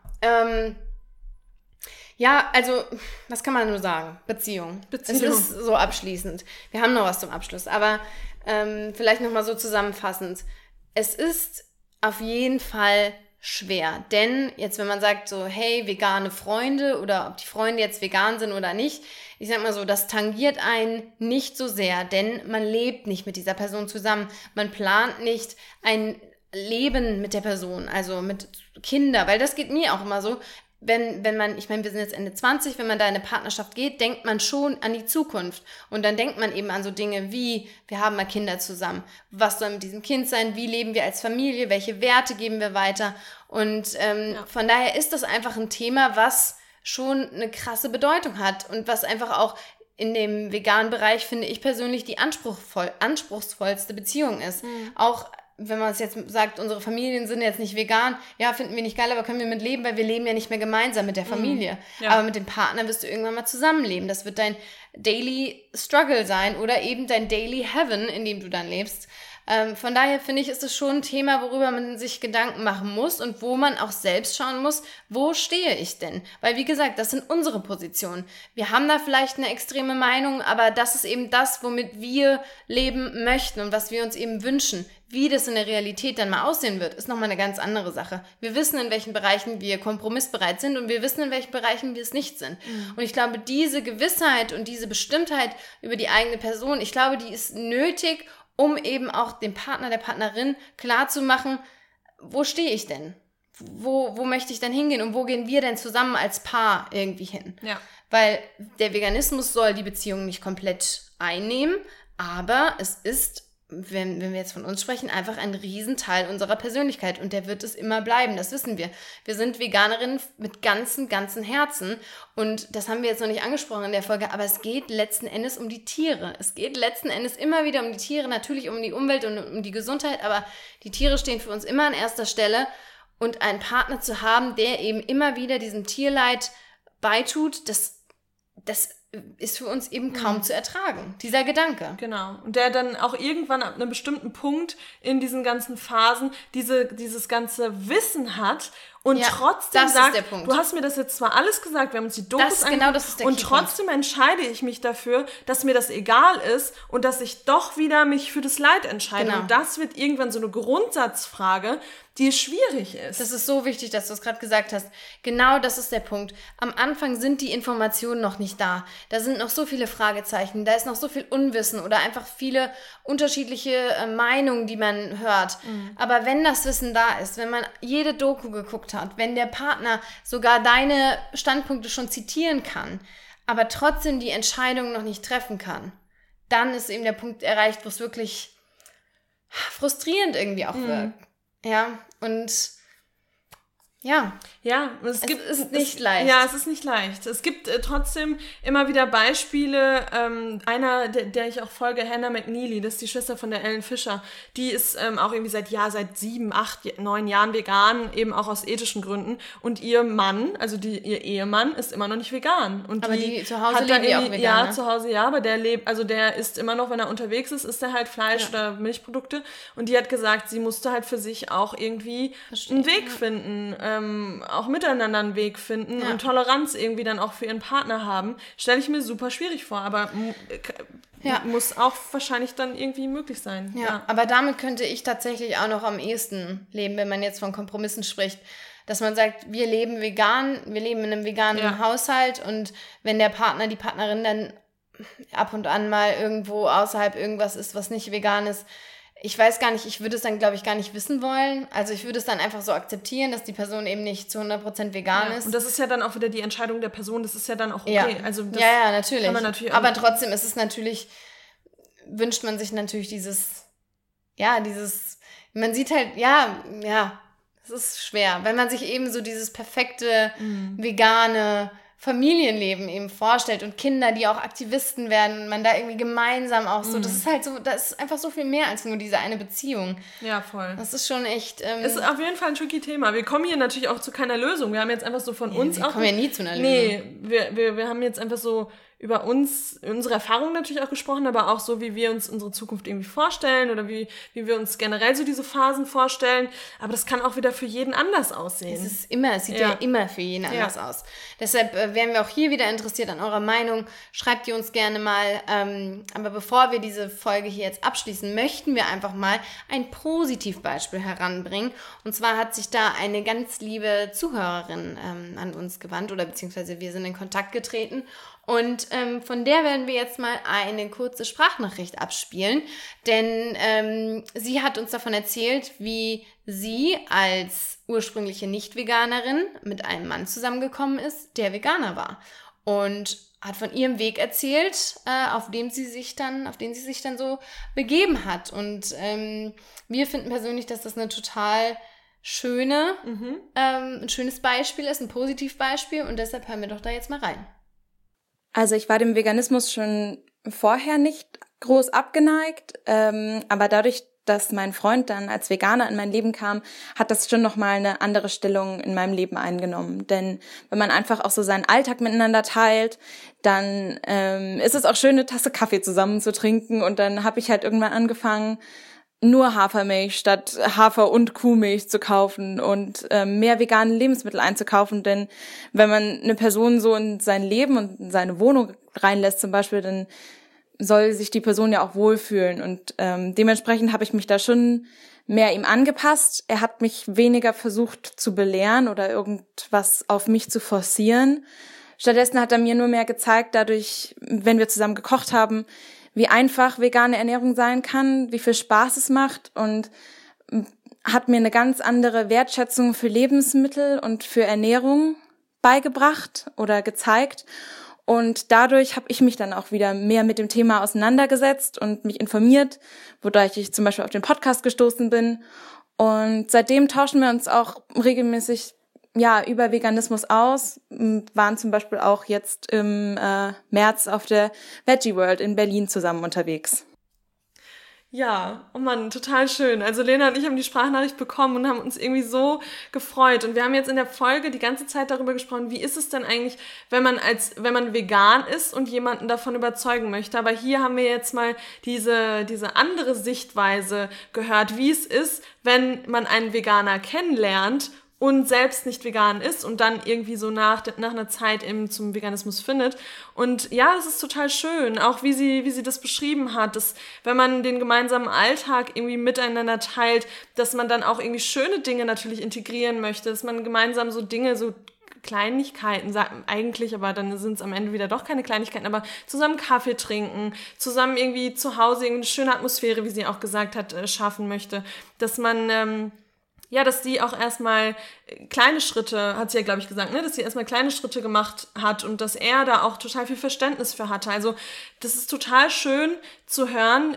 also, was kann man nur sagen? Beziehung. Es ist so abschließend. Wir haben noch was zum Abschluss, aber vielleicht nochmal so zusammenfassend. Es ist auf jeden Fall schwer, denn jetzt, wenn man sagt so, hey, vegane Freunde oder ob die Freunde jetzt vegan sind oder nicht, ich sag mal so, das tangiert einen nicht so sehr, denn man lebt nicht mit dieser Person zusammen, man plant nicht ein Leben mit der Person, also mit Kinder, weil das geht mir auch immer so, wenn man, ich meine, wir sind jetzt Ende 20, wenn man da in eine Partnerschaft geht, denkt man schon an die Zukunft. Und dann denkt man eben an so Dinge wie, wir haben mal Kinder zusammen. Was soll mit diesem Kind sein? Wie leben wir als Familie? Welche Werte geben wir weiter? Und von daher ist das einfach ein Thema, was schon eine krasse Bedeutung hat und was einfach auch in dem veganen Bereich, finde ich persönlich, die anspruchsvollste Beziehung ist. Auch wenn man es jetzt sagt, unsere Familien sind jetzt nicht vegan, ja, finden wir nicht geil, aber können wir mit leben, weil wir leben ja nicht mehr gemeinsam mit der Familie. Aber mit dem Partner wirst du irgendwann mal zusammenleben. Das wird dein Daily Struggle sein oder eben dein Daily Heaven, in dem du dann lebst. Von daher finde ich, ist es schon ein Thema, worüber man sich Gedanken machen muss und wo man auch selbst schauen muss, wo stehe ich denn? Weil, wie gesagt, das sind unsere Positionen. Wir haben da vielleicht eine extreme Meinung, aber das ist eben das, womit wir leben möchten und was wir uns eben wünschen. Wie das in der Realität dann mal aussehen wird, ist nochmal eine ganz andere Sache. Wir wissen, in welchen Bereichen wir kompromissbereit sind und wir wissen, in welchen Bereichen wir es nicht sind. Und ich glaube, diese Gewissheit und diese Bestimmtheit über die eigene Person, ich glaube, die ist nötig, um eben auch dem Partner, der Partnerin klarzumachen, wo stehe ich denn? Wo möchte ich denn hingehen und wo gehen wir denn zusammen als Paar irgendwie hin? Ja. Weil der Veganismus soll die Beziehung nicht komplett einnehmen, aber es ist, wenn wir jetzt von uns sprechen, einfach ein Riesenteil unserer Persönlichkeit und der wird es immer bleiben, das wissen wir. Wir sind Veganerinnen mit ganzen Herzen und das haben wir jetzt noch nicht angesprochen in der Folge, aber es geht letzten Endes um die Tiere. Es geht letzten Endes immer wieder um die Tiere, natürlich um die Umwelt und um die Gesundheit, aber die Tiere stehen für uns immer an erster Stelle und einen Partner zu haben, der eben immer wieder diesem Tierleid beitut, das ist für uns eben kaum zu ertragen, dieser Gedanke. Genau. Und der dann auch irgendwann ab einem bestimmten Punkt in diesen ganzen Phasen dieses ganze Wissen hat und trotzdem sagt, du hast mir das jetzt zwar alles gesagt, wir haben uns die Dokus angeguckt und trotzdem entscheide ich mich dafür, dass mir das egal ist und dass ich doch wieder mich für das Leid entscheide. Genau. Und das wird irgendwann so eine Grundsatzfrage, die schwierig ist. Das ist so wichtig, dass du es gerade gesagt hast. Genau das ist der Punkt. Am Anfang sind die Informationen noch nicht da. Da sind noch so viele Fragezeichen, da ist noch so viel Unwissen oder einfach viele unterschiedliche Meinungen, die man hört. Aber wenn das Wissen da ist, wenn man jede Doku geguckt hat, wenn der Partner sogar deine Standpunkte schon zitieren kann, aber trotzdem die Entscheidung noch nicht treffen kann, dann ist eben der Punkt erreicht, wo es wirklich frustrierend irgendwie auch wirkt. Ja, und es ist nicht leicht. Ja, es ist nicht leicht. Es gibt trotzdem immer wieder Beispiele. Einer, der ich auch folge, Hannah McNeely, das ist die Schwester von der Ellen Fischer, die ist auch irgendwie seit 7, 8, 9 Jahren vegan, eben auch aus ethischen Gründen. Und ihr Mann, also ihr Ehemann, ist immer noch nicht vegan. Und aber die zu Hause leben die auch vegan, ja, ne? Zu Hause ja, aber der isst immer noch, wenn er unterwegs ist, isst er halt Fleisch oder Milchprodukte. Und die hat gesagt, sie musste halt für sich auch irgendwie einen Weg finden, auch miteinander einen Weg finden und Toleranz irgendwie dann auch für ihren Partner haben, stelle ich mir super schwierig vor, aber muss auch wahrscheinlich dann irgendwie möglich sein. Ja, aber damit könnte ich tatsächlich auch noch am ehesten leben, wenn man jetzt von Kompromissen spricht, dass man sagt, wir leben vegan, wir leben in einem veganen Haushalt und wenn der Partner, die Partnerin dann ab und an mal irgendwo außerhalb irgendwas ist, was nicht vegan ist, ich weiß gar nicht, ich würde es dann, glaube ich, gar nicht wissen wollen. Also ich würde es dann einfach so akzeptieren, dass die Person eben nicht zu 100% vegan ist. Und das ist ja dann auch wieder die Entscheidung der Person, das ist ja dann auch okay. Ja, also das natürlich. Kann man natürlich aber trotzdem ist es natürlich, wünscht man sich natürlich man sieht halt, es ist schwer, wenn man sich eben so dieses perfekte, vegane Familienleben eben vorstellt und Kinder, die auch Aktivisten werden und man da irgendwie gemeinsam auch so, das ist halt so, das ist einfach so viel mehr als nur diese eine Beziehung. Ja, voll. Das ist schon echt... es ist auf jeden Fall ein tricky Thema. Wir kommen hier natürlich auch zu keiner Lösung. Wir haben jetzt einfach so von uns auch... Wir kommen ja nie zu einer Lösung. Nee, wir haben jetzt einfach so über uns, unsere Erfahrungen natürlich auch gesprochen, aber auch so, wie wir uns unsere Zukunft irgendwie vorstellen oder wie wir uns generell so diese Phasen vorstellen. Aber das kann auch wieder für jeden anders aussehen. Es sieht ja immer für jeden anders aus. Deshalb wären wir auch hier wieder interessiert an eurer Meinung. Schreibt die uns gerne mal. Aber bevor wir diese Folge hier jetzt abschließen, möchten wir einfach mal ein Positivbeispiel heranbringen. Und zwar hat sich da eine ganz liebe Zuhörerin an uns gewandt oder beziehungsweise wir sind in Kontakt getreten. Und von der werden wir jetzt mal eine kurze Sprachnachricht abspielen, denn sie hat uns davon erzählt, wie sie als ursprüngliche Nicht-Veganerin mit einem Mann zusammengekommen ist, der Veganer war. Und hat von ihrem Weg erzählt, auf den sie sich dann so begeben hat. Und wir finden persönlich, dass das eine total ein schönes Beispiel ist, ein Positivbeispiel. Und deshalb hören wir doch da jetzt mal rein. Also ich war dem Veganismus schon vorher nicht groß abgeneigt, aber dadurch, dass mein Freund dann als Veganer in mein Leben kam, hat das schon nochmal eine andere Stellung in meinem Leben eingenommen. Denn wenn man einfach auch so seinen Alltag miteinander teilt, dann ist es auch schön, eine Tasse Kaffee zusammen zu trinken. Und dann habe ich halt irgendwann angefangen, nur Hafermilch statt Hafer- und Kuhmilch zu kaufen und mehr vegane Lebensmittel einzukaufen. Denn wenn man eine Person so in sein Leben und in seine Wohnung reinlässt zum Beispiel, dann soll sich die Person ja auch wohlfühlen. Und dementsprechend habe ich mich da schon mehr ihm angepasst. Er hat mich weniger versucht zu belehren oder irgendwas auf mich zu forcieren. Stattdessen hat er mir nur mehr gezeigt, dadurch, wenn wir zusammen gekocht haben, wie einfach vegane Ernährung sein kann, wie viel Spaß es macht und hat mir eine ganz andere Wertschätzung für Lebensmittel und für Ernährung beigebracht oder gezeigt. Und dadurch habe ich mich dann auch wieder mehr mit dem Thema auseinandergesetzt und mich informiert, wodurch ich zum Beispiel auf den Podcast gestoßen bin. Und seitdem tauschen wir uns auch regelmäßig über Veganismus aus, waren zum Beispiel auch jetzt im März auf der Veggie World in Berlin zusammen unterwegs. Ja, oh Mann, total schön. Also Lena und ich haben die Sprachnachricht bekommen und haben uns irgendwie so gefreut. Und wir haben jetzt in der Folge die ganze Zeit darüber gesprochen, wie ist es denn eigentlich, wenn man vegan ist und jemanden davon überzeugen möchte. Aber hier haben wir jetzt mal diese andere Sichtweise gehört, wie es ist, wenn man einen Veganer kennenlernt und selbst nicht vegan ist und dann irgendwie so nach einer Zeit eben zum Veganismus findet. Und ja, das ist total schön, auch wie sie das beschrieben hat, dass wenn man den gemeinsamen Alltag irgendwie miteinander teilt, dass man dann auch irgendwie schöne Dinge natürlich integrieren möchte, dass man gemeinsam so Dinge, so Kleinigkeiten, eigentlich, aber dann sind es am Ende wieder doch keine Kleinigkeiten, aber zusammen Kaffee trinken, zusammen irgendwie zu Hause irgendwie eine schöne Atmosphäre, wie sie auch gesagt hat, schaffen möchte, dass man dass sie auch erstmal kleine Schritte, hat sie ja, glaube ich, gesagt, ne, dass sie erstmal kleine Schritte gemacht hat und dass er da auch total viel Verständnis für hatte. Also das ist total schön zu hören,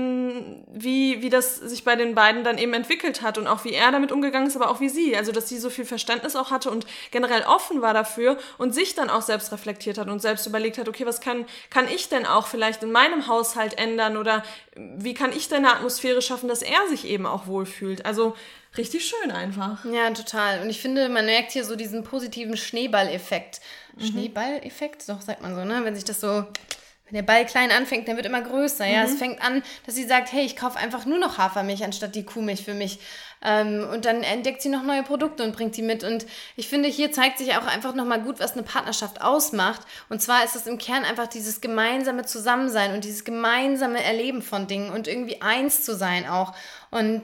wie das sich bei den beiden dann eben entwickelt hat und auch wie er damit umgegangen ist, aber auch wie sie. Also dass sie so viel Verständnis auch hatte und generell offen war dafür und sich dann auch selbst reflektiert hat und selbst überlegt hat, okay, was kann ich denn auch vielleicht in meinem Haushalt ändern oder wie kann ich denn eine Atmosphäre schaffen, dass er sich eben auch wohlfühlt. Also richtig schön einfach. Ja, total. Und ich finde, man merkt hier so diesen positiven Schneeballeffekt. Schneeballeffekt? Doch, sagt man so, ne? Wenn der Ball klein anfängt, dann wird immer größer. Ja, es fängt an, dass sie sagt, hey, ich kaufe einfach nur noch Hafermilch anstatt die Kuhmilch für mich. Und dann entdeckt sie noch neue Produkte und bringt die mit. Und ich finde, hier zeigt sich auch einfach nochmal gut, was eine Partnerschaft ausmacht. Und zwar ist es im Kern einfach dieses gemeinsame Zusammensein und dieses gemeinsame Erleben von Dingen und irgendwie eins zu sein auch. Und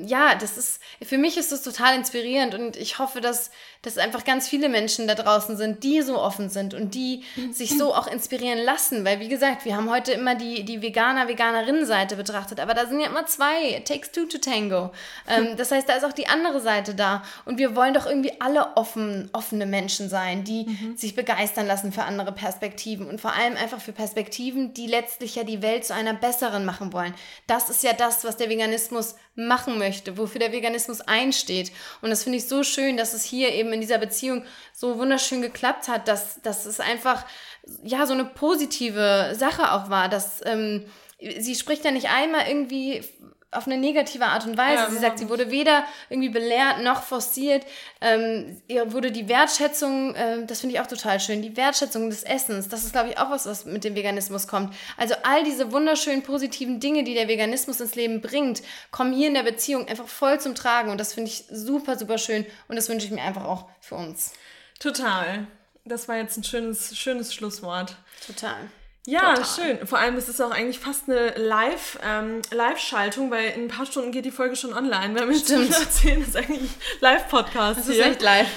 für mich ist das total inspirierend und ich hoffe, dass einfach ganz viele Menschen da draußen sind, die so offen sind und die sich so auch inspirieren lassen, weil wie gesagt, wir haben heute immer die Veganerinnen-Seite betrachtet, aber da sind ja immer zwei, it takes two to tango. Das heißt, da ist auch die andere Seite da und wir wollen doch irgendwie alle offene Menschen sein, die sich begeistern lassen für andere Perspektiven und vor allem einfach für Perspektiven, die letztlich ja die Welt zu einer besseren machen wollen. Das ist ja das, was der Veganismus machen möchte, wofür der Veganismus einsteht. Und das finde ich so schön, dass es hier eben in dieser Beziehung so wunderschön geklappt hat, dass es einfach ja so eine positive Sache auch war, dass sie spricht ja nicht einmal irgendwie auf eine negative Art und Weise. Ja, sie sagt, sie wurde weder irgendwie belehrt noch forciert. Ihr wurde die Wertschätzung, das finde ich auch total schön, die Wertschätzung des Essens, das ist, glaube ich, auch was mit dem Veganismus kommt. Also all diese wunderschönen positiven Dinge, die der Veganismus ins Leben bringt, kommen hier in der Beziehung einfach voll zum Tragen und das finde ich super, super schön und das wünsche ich mir einfach auch für uns. Total. Das war jetzt ein schönes Schlusswort. Total. Ja, total. Schön. Vor allem ist es auch eigentlich fast eine Live-Schaltung, weil in ein paar Stunden geht die Folge schon online. Wir haben jetzt erzählen, das ist eigentlich Live-Podcast. Das ist echt live.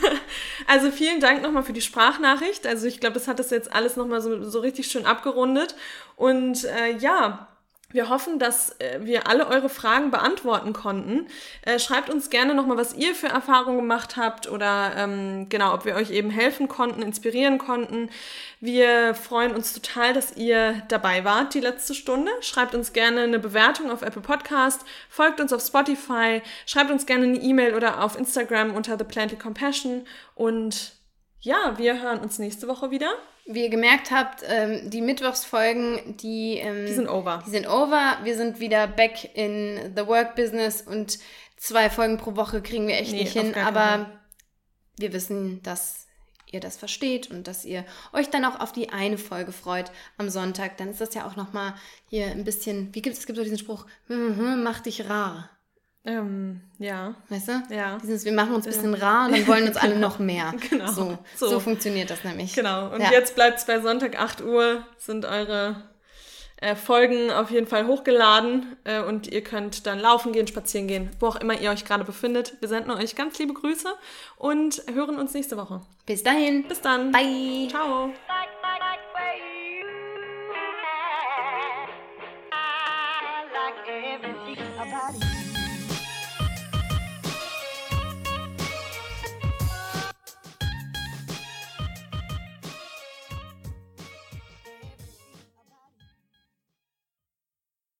Also vielen Dank nochmal für die Sprachnachricht. Also ich glaube, das hat das jetzt alles nochmal so richtig schön abgerundet. Und wir hoffen, dass wir alle eure Fragen beantworten konnten. Schreibt uns gerne nochmal, was ihr für Erfahrungen gemacht habt oder ob wir euch eben helfen konnten, inspirieren konnten. Wir freuen uns total, dass ihr dabei wart die letzte Stunde. Schreibt uns gerne eine Bewertung auf Apple Podcast, folgt uns auf Spotify, schreibt uns gerne eine E-Mail oder auf Instagram unter The Planted Compassion und ja, wir hören uns nächste Woche wieder. Wie ihr gemerkt habt, die Mittwochsfolgen, die sind over. Die sind over. Wir sind wieder back in the work business und 2 Folgen pro Woche kriegen wir echt nicht hin. Aber wir wissen, dass ihr das versteht und dass ihr euch dann auch auf die eine Folge freut am Sonntag. Dann ist das ja auch nochmal hier ein bisschen, es gibt so diesen Spruch, mach dich rar. Ja. Weißt du? Ja. Wir machen uns ein bisschen rar und dann wollen uns alle noch mehr. Genau. So funktioniert das nämlich. Genau. Und jetzt bleibt es bei Sonntag 8 Uhr, sind eure Folgen auf jeden Fall hochgeladen und ihr könnt dann laufen gehen, spazieren gehen, wo auch immer ihr euch gerade befindet. Wir senden euch ganz liebe Grüße und hören uns nächste Woche. Bis dahin. Bis dann. Bye. Ciao. About you.